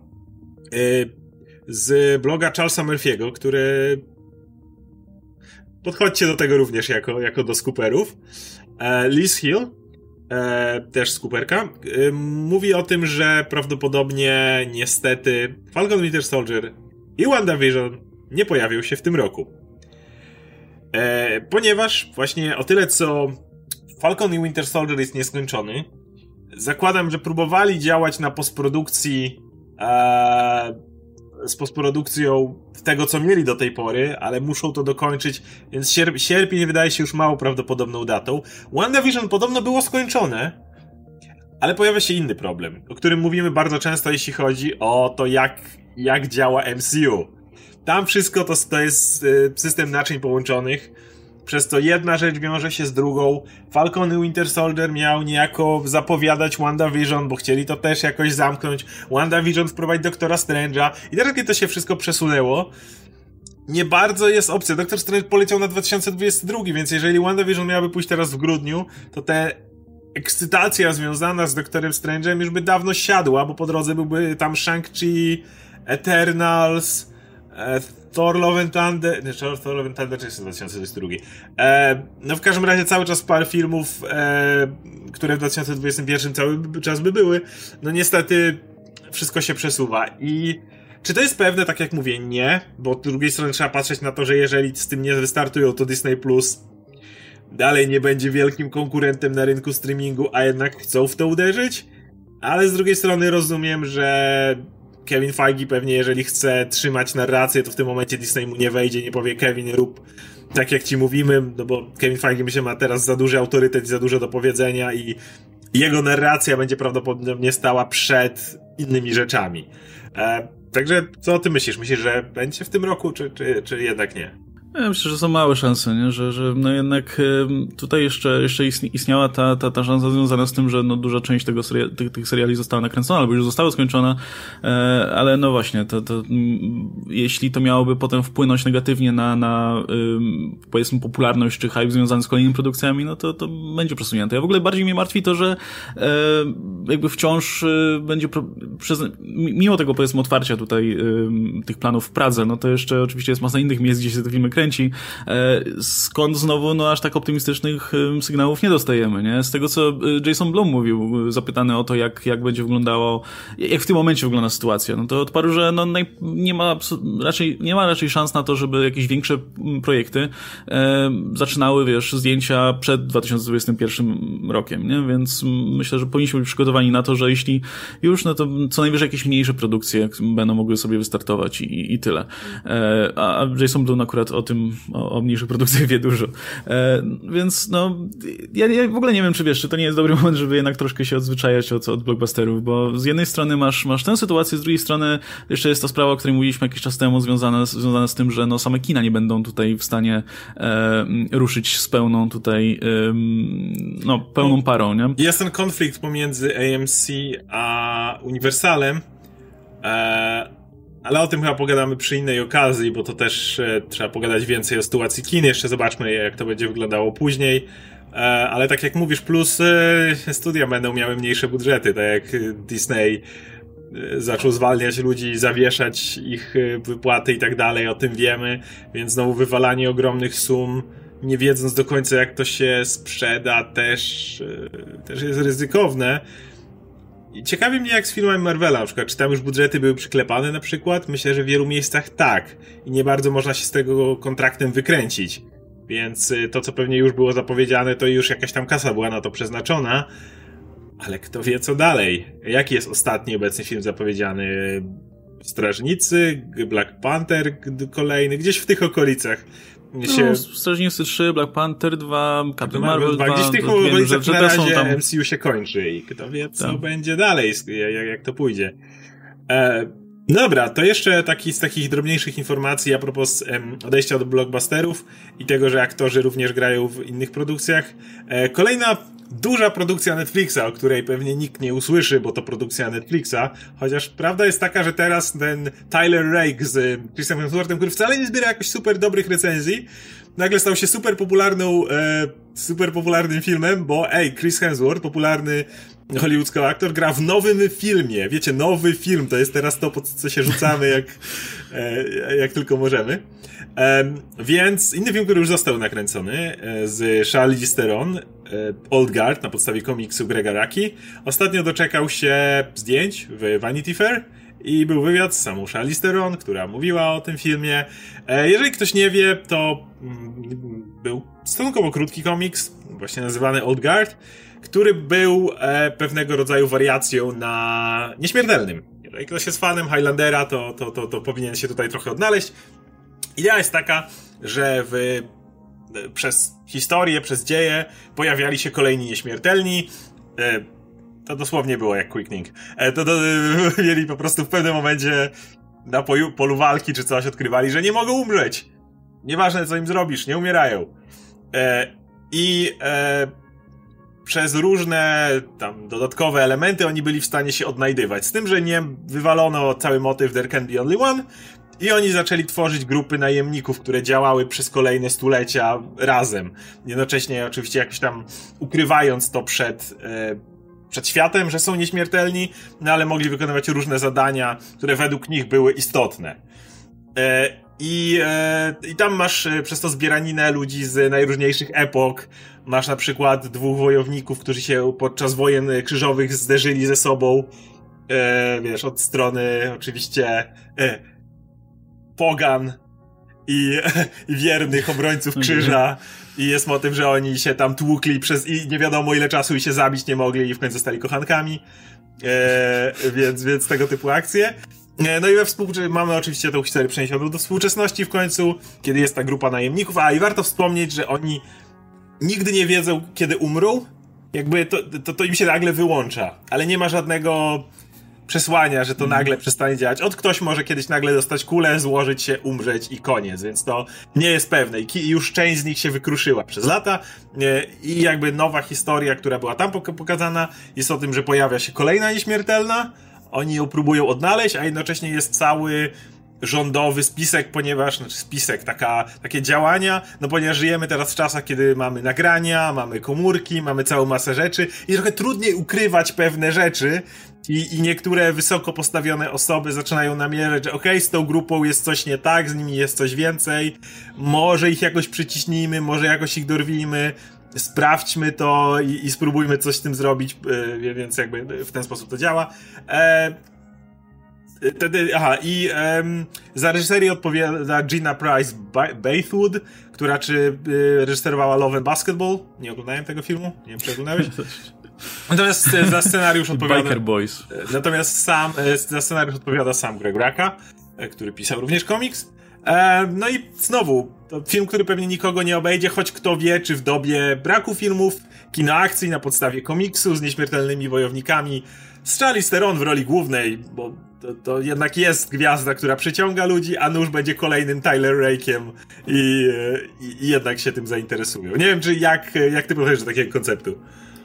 z bloga Charlesa Murphy'ego, który podchodźcie do tego również jako do skuperów, Liz Hill, też skuperka, mówi o tym, że prawdopodobnie niestety Falcon Winter Soldier i WandaVision nie pojawią się w tym roku. Ponieważ właśnie o tyle co Falcon i Winter Soldier jest nieskończony, zakładam, że próbowali działać na postprodukcji z postprodukcją tego, co mieli do tej pory, ale muszą to dokończyć, więc sierpień wydaje się już mało prawdopodobną datą. WandaVision podobno było skończone, ale pojawia się inny problem, o którym mówimy bardzo często, jeśli chodzi o to, jak działa MCU. Tam wszystko to jest system naczyń połączonych, przez to jedna rzecz wiąże się z drugą. Falcon i Winter Soldier miał niejako zapowiadać WandaVision, bo chcieli to też jakoś zamknąć. WandaVision wprowadzić Doktora Strange'a. I teraz, kiedy to się wszystko przesunęło, nie bardzo jest opcja. Doctor Strange poleciał na 2022, więc jeżeli WandaVision miałaby pójść teraz w grudniu, to ekscytacja związana z Doktorem Strange'em już by dawno siadła, bo po drodze byłby tam Shang-Chi, Eternals, Thor Love and Thunder... Nie, Thor Love and Thunder czy jest 2022? No w każdym razie cały czas parę filmów, które w 2021 cały czas by były. No niestety wszystko się przesuwa i czy to jest pewne, tak jak mówię, nie, bo z drugiej strony trzeba patrzeć na to, że jeżeli z tym nie wystartują, to Disney Plus dalej nie będzie wielkim konkurentem na rynku streamingu, a jednak chcą w to uderzyć, ale z drugiej strony rozumiem, że Kevin Feige pewnie, jeżeli chce trzymać narrację, to w tym momencie Disney mu nie wejdzie, nie powie Kevin, rób tak jak ci mówimy, no bo Kevin Feige myślę ma teraz za duży autorytet i za dużo do powiedzenia i jego narracja będzie prawdopodobnie stała przed innymi rzeczami. Także co o tym myślisz? Myślisz, że będzie w tym roku, czy jednak nie? Ja myślę, że są małe szanse, nie? Że no jednak tutaj jeszcze istniała ta szansa związana z tym, że no duża część tych seriali została nakręcona, albo już została skończona, ale no właśnie, jeśli to miałoby potem wpłynąć negatywnie na powiedzmy popularność czy hype związany z kolejnymi produkcjami, no to będzie przesunięte. Ja w ogóle bardziej mnie martwi to, że jakby wciąż będzie mimo tego powiedzmy otwarcia tutaj tych planów w Pradze, no to jeszcze oczywiście jest masa innych miejsc, gdzie się te filmy kręci, skąd znowu no aż tak optymistycznych sygnałów nie dostajemy, nie? Z tego co Jason Blum mówił, zapytany o to jak będzie wyglądało, jak w tym momencie wygląda sytuacja, no to odparł, że no nie ma raczej szans na to, żeby jakieś większe projekty zaczynały, wiesz, zdjęcia przed 2021 rokiem, nie? Więc myślę, że powinniśmy być przygotowani na to, że jeśli już, no to co najwyżej jakieś mniejsze produkcje będą mogły sobie wystartować i tyle. A Jason Blum akurat o mniejszych produkcjach wie dużo. Więc no, ja w ogóle nie wiem, czy wiesz, czy to nie jest dobry moment, żeby jednak troszkę się odzwyczajać od blockbusterów, bo z jednej strony masz tę sytuację, z drugiej strony jeszcze jest ta sprawa, o której mówiliśmy jakiś czas temu, związana z tym, że no same kina nie będą tutaj w stanie ruszyć z pełną tutaj no, pełną parą, nie? Jest ten konflikt pomiędzy AMC a Universalem, ale o tym chyba pogadamy przy innej okazji, bo to też trzeba pogadać więcej o sytuacji kin. Jeszcze zobaczmy, jak to będzie wyglądało później. Ale tak jak mówisz, plus studia będą miały mniejsze budżety, tak jak Disney zaczął zwalniać ludzi, zawieszać ich wypłaty i tak dalej, o tym wiemy, więc znowu wywalanie ogromnych sum, nie wiedząc do końca jak to się sprzeda, też jest ryzykowne. I ciekawi mnie jak z filmami Marvela, na przykład, czy tam już budżety były przyklepane na przykład? Myślę, że w wielu miejscach tak. I nie bardzo można się z tego kontraktem wykręcić. Więc to, co pewnie już było zapowiedziane, to już jakaś tam kasa była na to przeznaczona. Ale kto wie, co dalej? Jaki jest ostatni obecny film zapowiedziany? Strażnicy? Black Panther kolejny? Gdzieś w tych okolicach. Strażnicy 3, Black Panther 2, Captain Marvel 2. Gdzieś w tych okolicach na razie tam... MCU się kończy i kto wie, co będzie dalej, jak to pójdzie. Dobra, to jeszcze z takich drobniejszych informacji a propos odejścia od blockbusterów i tego, że aktorzy również grają w innych produkcjach. Kolejna duża produkcja Netflixa, o której pewnie nikt nie usłyszy, bo to produkcja Netflixa, chociaż prawda jest taka, że teraz ten Tyler Rake z Chrisem Hemsworthem, który wcale nie zbiera jakoś super dobrych recenzji, nagle stał się super popularnym filmem, bo Chris Hemsworth, popularny hollywoodzki aktor, gra w nowym filmie. Wiecie, nowy film, to jest teraz to, po co się rzucamy, jak tylko możemy. Więc inny film, który już został nakręcony, z Charlize Theron, Old Guard, na podstawie komiksu Grega Rucki. Ostatnio doczekał się zdjęć w Vanity Fair i był wywiad z samą Charlize Theron, która mówiła o tym filmie. Jeżeli ktoś nie wie, to był stosunkowo krótki komiks, właśnie nazywany Old Guard, który był pewnego rodzaju wariacją na Nieśmiertelnym. Jeżeli ktoś jest fanem Highlandera, to powinien się tutaj trochę odnaleźć. Idea jest taka, że przez historię, przez dzieje pojawiali się kolejni nieśmiertelni. To dosłownie było jak Quickening. Mieli po prostu w pewnym momencie na polu walki czy coś odkrywali, że nie mogą umrzeć. Nieważne co im zrobisz, nie umierają. Przez różne tam dodatkowe elementy oni byli w stanie się odnajdywać. Z tym, że nie wywalono cały motyw There Can Be Only One, I oni zaczęli tworzyć grupy najemników, które działały przez kolejne stulecia razem. Jednocześnie oczywiście jakoś tam ukrywając to przed światem, że są nieśmiertelni, no ale mogli wykonywać różne zadania, które według nich były istotne. I tam masz przez to zbieraninę ludzi z najróżniejszych epok. Masz na przykład 2 wojowników, którzy się podczas wojen krzyżowych zderzyli ze sobą. Wiesz, od strony oczywiście pogan i wiernych obrońców krzyża. I jest motyw, że oni się tam tłukli przez i nie wiadomo ile czasu i się zabić nie mogli i w końcu zostali kochankami. Więc tego typu akcje. No i mamy oczywiście tę historię przeniesioną do współczesności w końcu, kiedy jest ta grupa najemników, i warto wspomnieć, że oni nigdy nie wiedzą, kiedy umrą, jakby to im się nagle wyłącza, ale nie ma żadnego przesłania, że to nagle przestanie działać. Ktoś może kiedyś nagle dostać kulę, złożyć się, umrzeć i koniec, więc to nie jest pewne. I już część z nich się wykruszyła przez lata i jakby nowa historia, która była tam pokazana, jest o tym, że pojawia się kolejna nieśmiertelna, oni ją próbują odnaleźć, a jednocześnie jest cały rządowy spisek, takie działania, no ponieważ żyjemy teraz w czasach, kiedy mamy nagrania, mamy komórki, mamy całą masę rzeczy i trochę trudniej ukrywać pewne rzeczy i niektóre wysoko postawione osoby zaczynają namierzać, że okej, z tą grupą jest coś nie tak, z nimi jest coś więcej, może ich jakoś przyciśnijmy, może jakoś ich dorwijmy, sprawdźmy to i spróbujmy coś z tym zrobić, więc jakby w ten sposób to działa. Za reżyserię odpowiada Gina Price Bathwood, która reżyserowała Love and Basketball. Nie oglądałem tego filmu, nie wiem czy oglądałeś. Natomiast za scenariusz odpowiada Biker Boys. Natomiast za scenariusz odpowiada Sam Gregory'aka, który pisał również komiks. No i znowu, to film, który pewnie nikogo nie obejdzie, choć kto wie, czy w dobie braku filmów, kina akcji na podstawie komiksu z nieśmiertelnymi wojownikami, z Charlize Theron w roli głównej, bo to jednak jest gwiazda, która przyciąga ludzi, a nuż będzie kolejnym Tyler Rake'iem i jednak się tym zainteresują. Nie wiem, czy jak ty podchodzisz do takiego konceptu?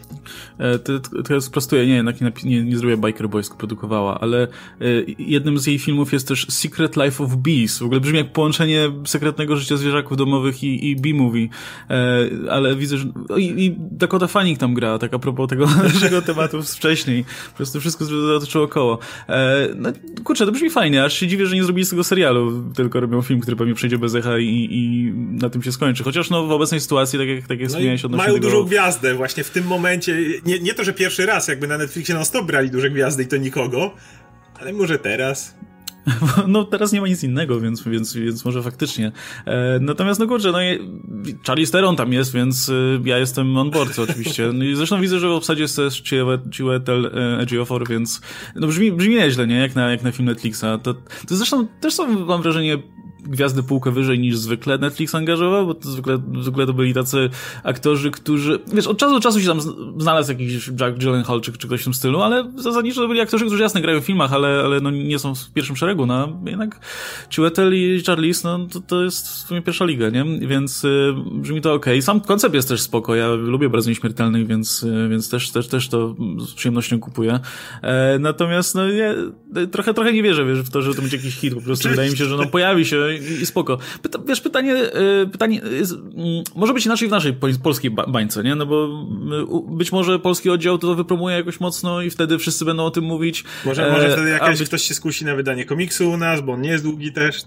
To sprostuję, nie zrobię Biker Boys, produkowała, ale jednym z jej filmów jest też Secret Life of Bees. W ogóle brzmi jak połączenie sekretnego życia zwierzaków domowych i B-movie. Ale widzę, że i Dakota Fanning tam gra, tak a propos tego naszego tematu wcześniej. Po prostu wszystko zatoczyło około. No kurczę, to brzmi fajnie, aż się dziwię, że nie zrobili z tego serialu, tylko robią film, który pewnie przejdzie bez echa i na tym się skończy. Chociaż w obecnej sytuacji, tak jak wspomniałeś odnośnie mają tego... dużą gwiazdę właśnie w tym momencie. Nie to, że pierwszy raz jakby na Netflixie non-stop brali duże gwiazdy i to nikogo, ale może teraz. No teraz nie ma nic innego, więc może faktycznie. Natomiast kurczę, Charlize Theron tam jest, więc ja jestem on board oczywiście. No i zresztą widzę, że w obsadzie jest też Chiwetel Ejiofor, więc brzmi nieźle, nie? Jak na film Netflixa. To zresztą też są, mam wrażenie, gwiazdy półkę wyżej niż zwykle Netflix angażował, bo to zwykle to byli tacy aktorzy, którzy, wiesz, od czasu do czasu się tam znalazł jakiś Jack Gyllenhaal czy ktoś w tym stylu, ale zasadniczo to byli aktorzy, którzy jasne grają w filmach, ale nie są w pierwszym szeregu, jednak Chiwetel i Charlize, to jest w sumie pierwsza liga, nie? Więc brzmi to okej. Sam koncept jest też spoko, ja lubię bardzo nieśmiertelnych, więc też to z przyjemnością kupuję. Natomiast ja trochę nie wierzę, wiesz, w to, że to będzie jakiś hit, po prostu wydaje mi się, że pojawi się i spoko. Wiesz, pytanie jest, może być inaczej w naszej polskiej bańce, nie? No bo być może polski oddział to wypromuje jakoś mocno i wtedy wszyscy będą o tym mówić. Może wtedy ktoś się skusi na wydanie komiksu u nas, bo on nie jest długi też.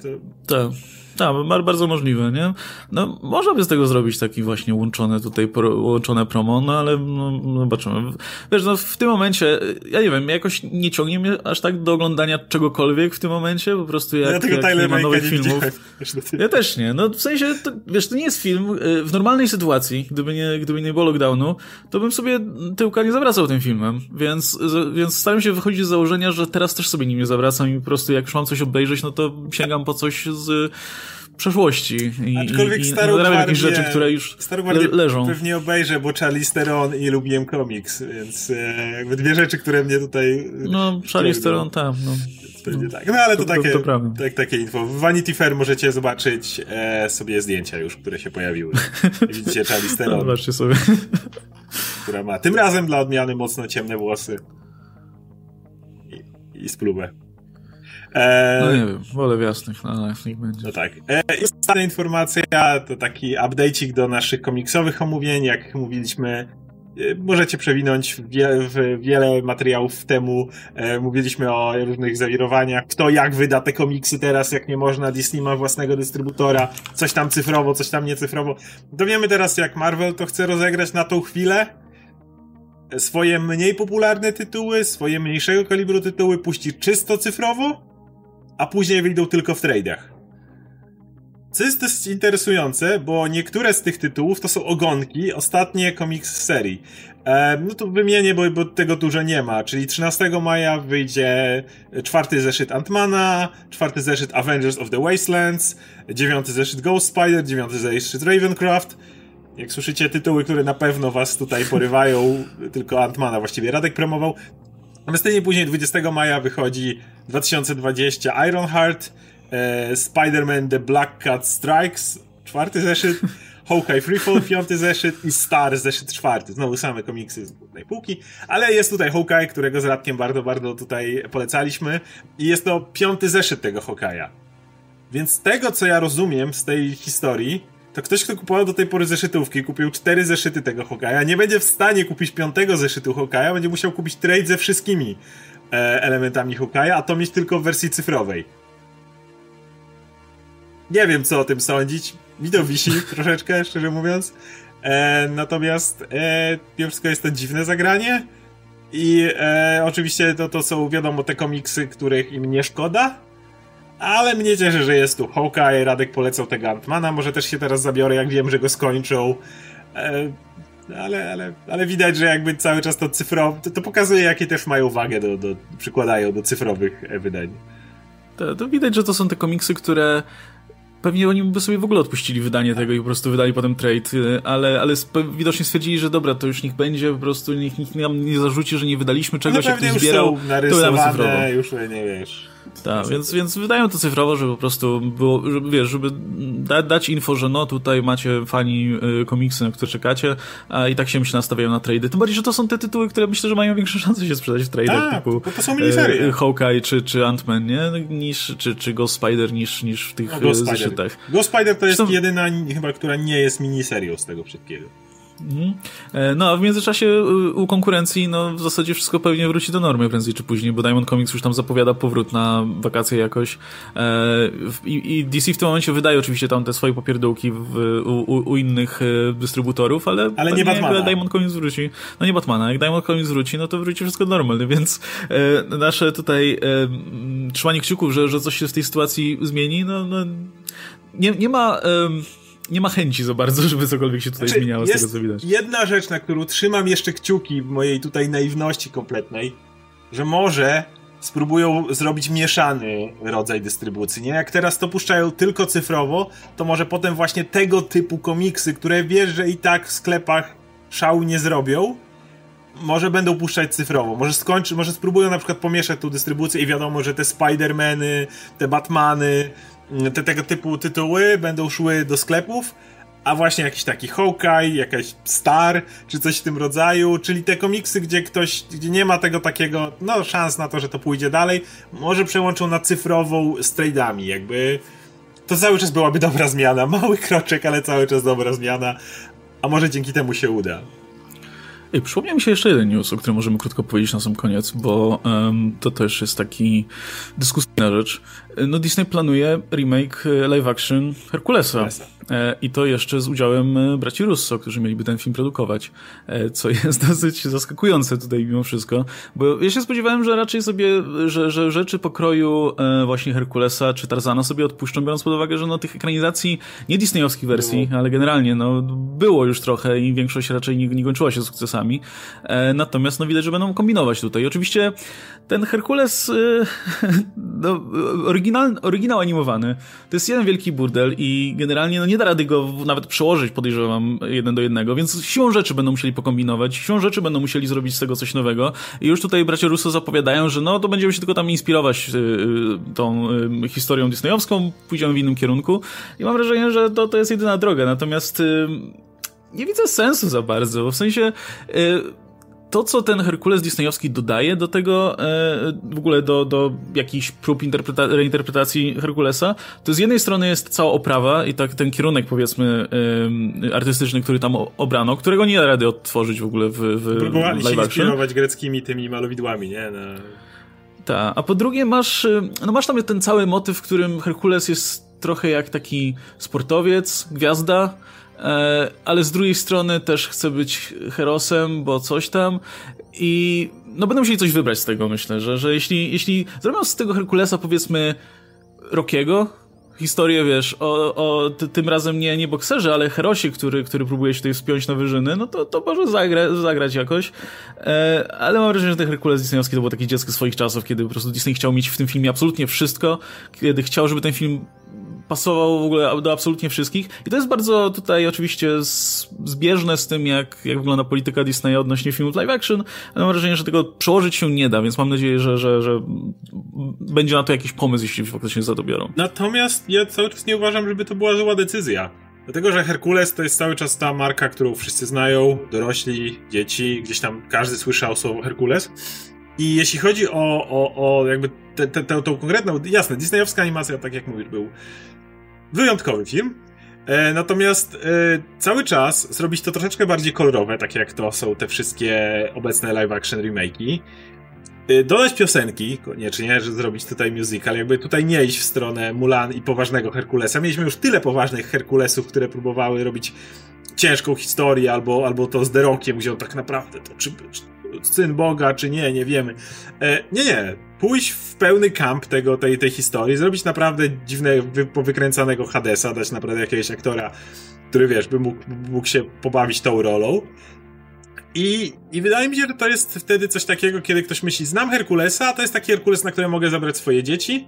Tak, bardzo możliwe, nie? No, można by z tego zrobić taki właśnie łączone promo, ale zobaczymy. Wiesz, w tym momencie, ja nie wiem, jakoś nie ciągnie mnie aż tak do oglądania czegokolwiek w tym momencie, po prostu jak nie ma nowych filmów. Ja też nie, w sensie, to nie jest film, w normalnej sytuacji, gdyby nie było lockdownu, to bym sobie tyłka nie zawracał tym filmem, więc staram się wychodzić z założenia, że teraz też sobie nim nie zawracam i po prostu jak już mam coś obejrzeć, to sięgam po coś z przeszłości aczkolwiek i nadrabiam jakieś rzeczy, które już leżą. Pewnie obejrzę, bo Charlize Theron i lubiłem komiks, więc jakby dwie rzeczy, które mnie tutaj... Charlize Theron tam, Pewnie tak. Ale to takie info. W Vanity Fair możecie zobaczyć sobie zdjęcia już, które się pojawiły. Widzicie Charlize Theron. Zobaczcie sobie. Która ma tym razem dla odmiany mocno ciemne włosy i spluwę. No nie wiem, wolę w jasnych, no ale niech będzie. No tak. Jest ostatnia informacja, to taki update'ik do naszych komiksowych omówień, jak mówiliśmy, możecie przewinąć w wiele materiałów temu. Mówiliśmy o różnych zawirowaniach. Kto jak wyda te komiksy teraz, jak nie można. Disney ma własnego dystrybutora. Coś tam cyfrowo, coś tam niecyfrowo. To wiemy teraz, jak Marvel to chce rozegrać na tą chwilę. Swoje mniej popularne tytuły, swoje mniejszego kalibru tytuły puści czysto cyfrowo, a później wyjdą tylko w trade'ach. Co jest dość interesujące, bo niektóre z tych tytułów to są ogonki, ostatnie komiks z serii. No to wymienię, bo tego dużo nie ma. Czyli 13 maja wyjdzie 4. zeszyt Ant-Mana, 4. zeszyt Avengers of the Wastelands, 9. zeszyt Ghost Spider, 9. zeszyt Ravencroft. Jak słyszycie tytuły, które na pewno was tutaj porywają, tylko Ant-Mana właściwie Radek promował. Następnie później 20 maja wychodzi 2020 Ironheart, Spider-Man The Black Cat Strikes, 4. zeszyt, Hawkeye Freefall, 5. zeszyt i Star, zeszyt 4. Znowu same komiksy z górnej półki, ale jest tutaj Hawkeye, którego z Radkiem bardzo, bardzo tutaj polecaliśmy i jest to 5. zeszyt tego Hawkeye'a. Więc z tego, co ja rozumiem z tej historii, to ktoś, kto kupował do tej pory zeszytówki, kupił 4 zeszyty tego Hawkeye'a, nie będzie w stanie kupić 5. zeszytu Hawkeye'a, będzie musiał kupić trade ze wszystkimi elementami Hawkeye'a, a to mieć tylko w wersji cyfrowej. Nie wiem, co o tym sądzić. Mi to wisi troszeczkę, szczerze mówiąc. Natomiast mimo wszystko jest to dziwne zagranie. I oczywiście to są, wiadomo, te komiksy, których im nie szkoda. Ale mnie cieszy, że jest tu Hawkeye. Radek polecał tego Ant-Mana. Może też się teraz zabiorę, jak wiem, że go skończą. Ale widać, że jakby cały czas to cyfrowe... To pokazuje, jakie też mają wagę przykładają do cyfrowych wydań. To widać, że to są te komiksy, które... Pewnie oni by sobie w ogóle odpuścili wydanie tego i po prostu wydali potem trade, ale widocznie stwierdzili, że dobra, to już niech będzie, po prostu nikt nam nie zarzuci, że nie wydaliśmy czegoś, jak ktoś zbierał, to wydamy cyfrowo. Już nie wiesz. Tak, więc wydają to cyfrowo, żeby po prostu było, żeby dać info, że no tutaj macie fani komiksy, na które czekacie, a i tak się nastawiają na trady. Tym bardziej, że to są te tytuły, które myślę, że mają większe szanse się sprzedać w tradach, typu to są miniserie. Hawkeye czy Ant-Man, nie? Czy Ghost Spider niż w tych zeszytach. Ghost Spider to jest jedyna chyba, która nie jest miniserią z tego wszystkiego. No, a w międzyczasie u konkurencji, no w zasadzie wszystko pewnie wróci do normy prędzej czy później, bo Diamond Comics już tam zapowiada powrót na wakacje jakoś i DC w tym momencie wydaje oczywiście tam te swoje popierdółki u innych dystrybutorów, ale nie Batmana. Jak Diamond Comics wróci, no nie Batmana, jak Diamond Comics wróci, no to wróci wszystko normalne, więc nasze tutaj trzymanie kciuków, że coś się w tej sytuacji zmieni, no nie ma chęci za bardzo, żeby cokolwiek się tutaj zmieniało z tego, co widać. Jedna rzecz, na którą trzymam jeszcze kciuki w mojej tutaj naiwności kompletnej, że może spróbują zrobić mieszany rodzaj dystrybucji, nie? Jak teraz to puszczają tylko cyfrowo, to może potem właśnie tego typu komiksy, które wiesz, że i tak w sklepach szału nie zrobią, może będą puszczać cyfrowo. Może spróbują na przykład pomieszać tą dystrybucję i wiadomo, że te Spider-Many, te Batmany, tego typu tytuły będą szły do sklepów, a właśnie jakiś taki Hawkeye, jakaś Star, czy coś w tym rodzaju, czyli te komiksy, gdzie nie ma tego takiego, no szans na to, że to pójdzie dalej, może przełączą na cyfrową z trade'ami, jakby to cały czas byłaby dobra zmiana, mały kroczek, ale cały czas dobra zmiana, a może dzięki temu się uda. Przypomniał mi się jeszcze jeden news, o którym możemy krótko powiedzieć na sam koniec, bo to też jest taki dyskusyjna rzecz. No Disney planuje remake live action Herkulesa. I to jeszcze z udziałem braci Russo, którzy mieliby ten film produkować, co jest dosyć zaskakujące tutaj mimo wszystko, bo ja się spodziewałem, że raczej sobie, że rzeczy pokroju właśnie Herkulesa czy Tarzana sobie odpuszczą, biorąc pod uwagę, że no tych ekranizacji, nie disneyowskich wersji, ale generalnie no było już trochę i większość raczej nie kończyła się sukcesami. Natomiast no widać, że będą kombinować tutaj. Oczywiście ten Herkules no, oryginał animowany to jest jeden wielki burdel i generalnie no nie da rady go nawet przełożyć, podejrzewam, 1 do 1, więc siłą rzeczy będą musieli pokombinować, siłą rzeczy będą musieli zrobić z tego coś nowego i już tutaj bracia Russo zapowiadają, że no to będziemy się tylko tam inspirować tą historią disneyowską, pójdziemy w innym kierunku i mam wrażenie, że to jest jedyna droga, natomiast nie widzę sensu za bardzo, bo w sensie to, co ten Herkules disneyowski dodaje do tego, w ogóle do jakichś prób reinterpretacji Herkulesa, to z jednej strony jest cała oprawa i tak ten kierunek, powiedzmy, artystyczny, który tam obrano, którego nie da rady odtworzyć w ogóle w próbowali live się action. inspirować greckimi tymi malowidłami, nie? No. Tak, a po drugie masz tam ten cały motyw, w którym Herkules jest trochę jak taki sportowiec, gwiazda, ale z drugiej strony też chce być herosem, bo coś tam i będą musieli coś wybrać z tego, myślę, że jeśli zrobią z tego Herkulesa, powiedzmy, Rockiego, historię, wiesz, tym razem nie bokserze, ale herosie, który próbuje się tutaj wspiąć na wyżyny, no to może zagrać jakoś. Ale mam wrażenie, że ten Herkules disneyowski to było takie dziecko swoich czasów, kiedy po prostu Disney chciał mieć w tym filmie absolutnie wszystko, kiedy chciał, żeby ten film pasował w ogóle do absolutnie wszystkich. I to jest bardzo tutaj oczywiście zbieżne z tym, jak wygląda polityka Disneya odnośnie filmów live action, ale mam wrażenie, że tego przełożyć się nie da, więc mam nadzieję, że będzie na to jakiś pomysł, jeśli faktycznie za to biorą. Natomiast ja cały czas nie uważam, żeby to była zła decyzja. Dlatego, że Herkules to jest cały czas ta marka, którą wszyscy znają, dorośli, dzieci, gdzieś tam każdy słyszał słowo Herkules. I jeśli chodzi o jakby tą konkretną, jasne, disneyowska animacja, tak jak mówisz, był wyjątkowy film, natomiast cały czas zrobić to troszeczkę bardziej kolorowe, tak jak to są te wszystkie obecne live action remake'i, dodać piosenki, koniecznie, że zrobić tutaj musical, jakby tutaj nie iść w stronę Mulan i poważnego Herkulesa. Mieliśmy już tyle poważnych Herkulesów, które próbowały robić ciężką historię, albo to z The Rockiem, gdzie on tak naprawdę to czy syn Boga, czy nie wiemy. Nie. Pójść w pełny kamp tej historii, zrobić naprawdę powykręcanego Hadesa, dać naprawdę jakiegoś aktora, który, wiesz, by mógł się pobawić tą rolą. I wydaje mi się, że to jest wtedy coś takiego, kiedy ktoś myśli, znam Herkulesa, a to jest taki Herkules, na który mogę zabrać swoje dzieci.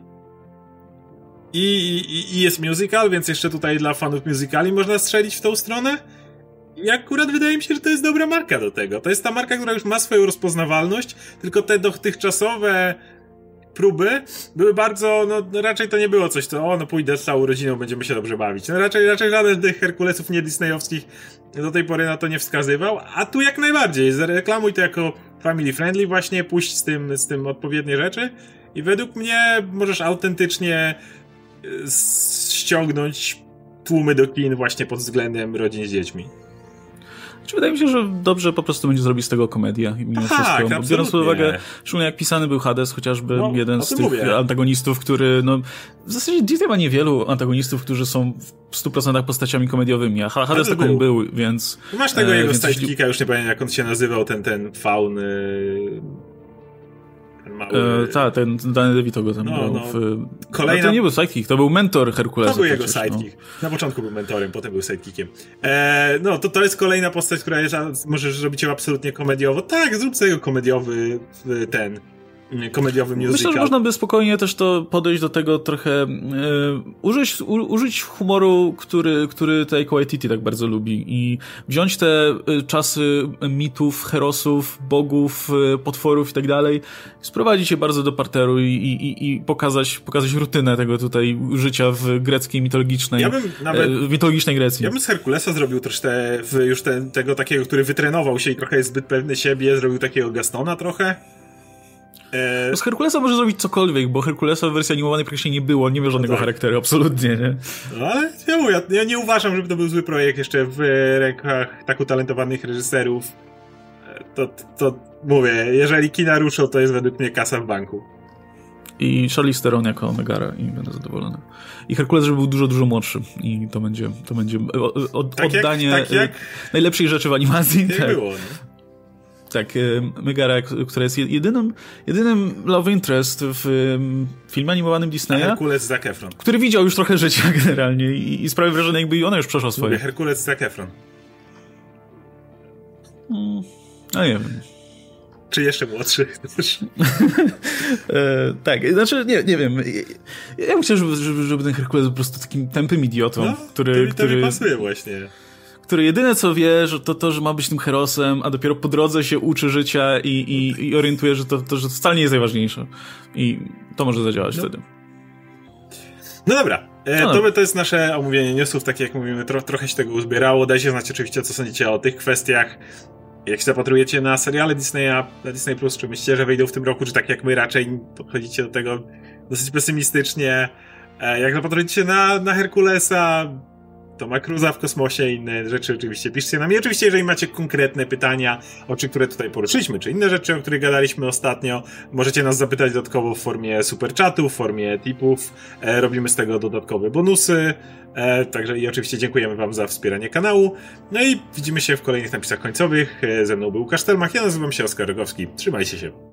I jest musical, więc jeszcze tutaj dla fanów musicali można strzelić w tą stronę. I akurat wydaje mi się, że to jest dobra marka do tego. To jest ta marka, która już ma swoją rozpoznawalność, tylko te dotychczasowe próby były bardzo, raczej to nie było coś, pójdę z całą rodziną, będziemy się dobrze bawić. Raczej żaden z tych Herkulesów nie disneyowskich do tej pory na to nie wskazywał, a tu jak najbardziej. Zareklamuj to jako family friendly właśnie, puść z tym odpowiednie rzeczy i według mnie możesz autentycznie ściągnąć tłumy do kin właśnie pod względem rodzin z dziećmi. Wydaje mi się, że dobrze po prostu będzie zrobić z tego komedię mimo wszystko. Biorąc pod uwagę, szczególnie jak pisany był Hades, chociażby jeden z tych antagonistów, który, w zasadzie Disney ma niewielu antagonistów, którzy są w 100% postaciami komediowymi, a Hades taką był, więc... Masz tego jego sidekicka, już nie pamiętam jak on się nazywał, ten faun... ten Danny DeVito go tam grał. To nie był sidekick, to był mentor Herkulesa. To był jego sidekick. Na początku był mentorem, potem był sidekickiem. To jest kolejna postać, która jest, możesz zrobić ją absolutnie komediowo. Tak, zrób sobie komediowy komediowy musical. Myślę, że można by spokojnie też to podejść do tego trochę, użyć humoru, który Taika Waititi tak bardzo lubi i wziąć te czasy mitów, herosów, bogów, potworów i tak dalej, sprowadzić je bardzo do parteru i pokazać rutynę tego tutaj życia w greckiej mitologicznej, w mitologicznej Grecji. Ja bym z Herkulesa zrobił troszkę tego takiego, który wytrenował się i trochę jest zbyt pewny siebie, zrobił takiego Gastona trochę. Z Herkulesa może zrobić cokolwiek, bo Herkulesa w wersji animowanej praktycznie nie było, nie miał żadnego charakteru, absolutnie, nie? Ale ja nie uważam, żeby to był zły projekt jeszcze w rękach tak utalentowanych reżyserów. To mówię, jeżeli kina ruszą, to jest według mnie kasa w banku. I Charlize Theron jako Megara i będę zadowolony. I Herkules, żeby był dużo, dużo młodszy i to będzie oddanie najlepszej rzeczy w animacji. Tak było, no. Tak, Megara, która jest jedynym love interest w filmie animowanym Disneya. Herkules Zac Efron. Który widział już trochę życia generalnie i sprawia wrażenie, jakby ona już przeszła swoje. Herkules Zac Efron. No nie wiem. Czy jeszcze młodszy? Tak, znaczy nie wiem. Ja bym chciał, żeby ten Herkules był po prostu takim tępym idiotą, który mi pasuje właśnie. Który jedyne co wie, że to, że ma być tym herosem, a dopiero po drodze się uczy życia i orientuje, że to wcale nie jest najważniejsze. I to może zadziałać wtedy. No dobra. To jest nasze omówienie newsów, tak jak mówimy, trochę się tego uzbierało. Dajcie znać oczywiście, co sądzicie o tych kwestiach. Jak się zapatrujecie na seriale Disneya, na Disney Plus, czy myślicie, że wyjdą w tym roku, czy tak jak my raczej podchodzicie do tego dosyć pesymistycznie? Jak zapatrujecie się na Herkulesa, Toma Cruza w kosmosie i inne rzeczy, oczywiście piszcie nam. I oczywiście, jeżeli macie konkretne pytania, które tutaj poruszyliśmy, czy inne rzeczy, o których gadaliśmy ostatnio, możecie nas zapytać dodatkowo w formie superchatu, w formie tipów. Robimy z tego dodatkowe bonusy. Także i oczywiście dziękujemy wam za wspieranie kanału. No i widzimy się w kolejnych napisach końcowych. Ze mną był Łukasz Telmach, ja nazywam się Oskar Rogowski. Trzymajcie się.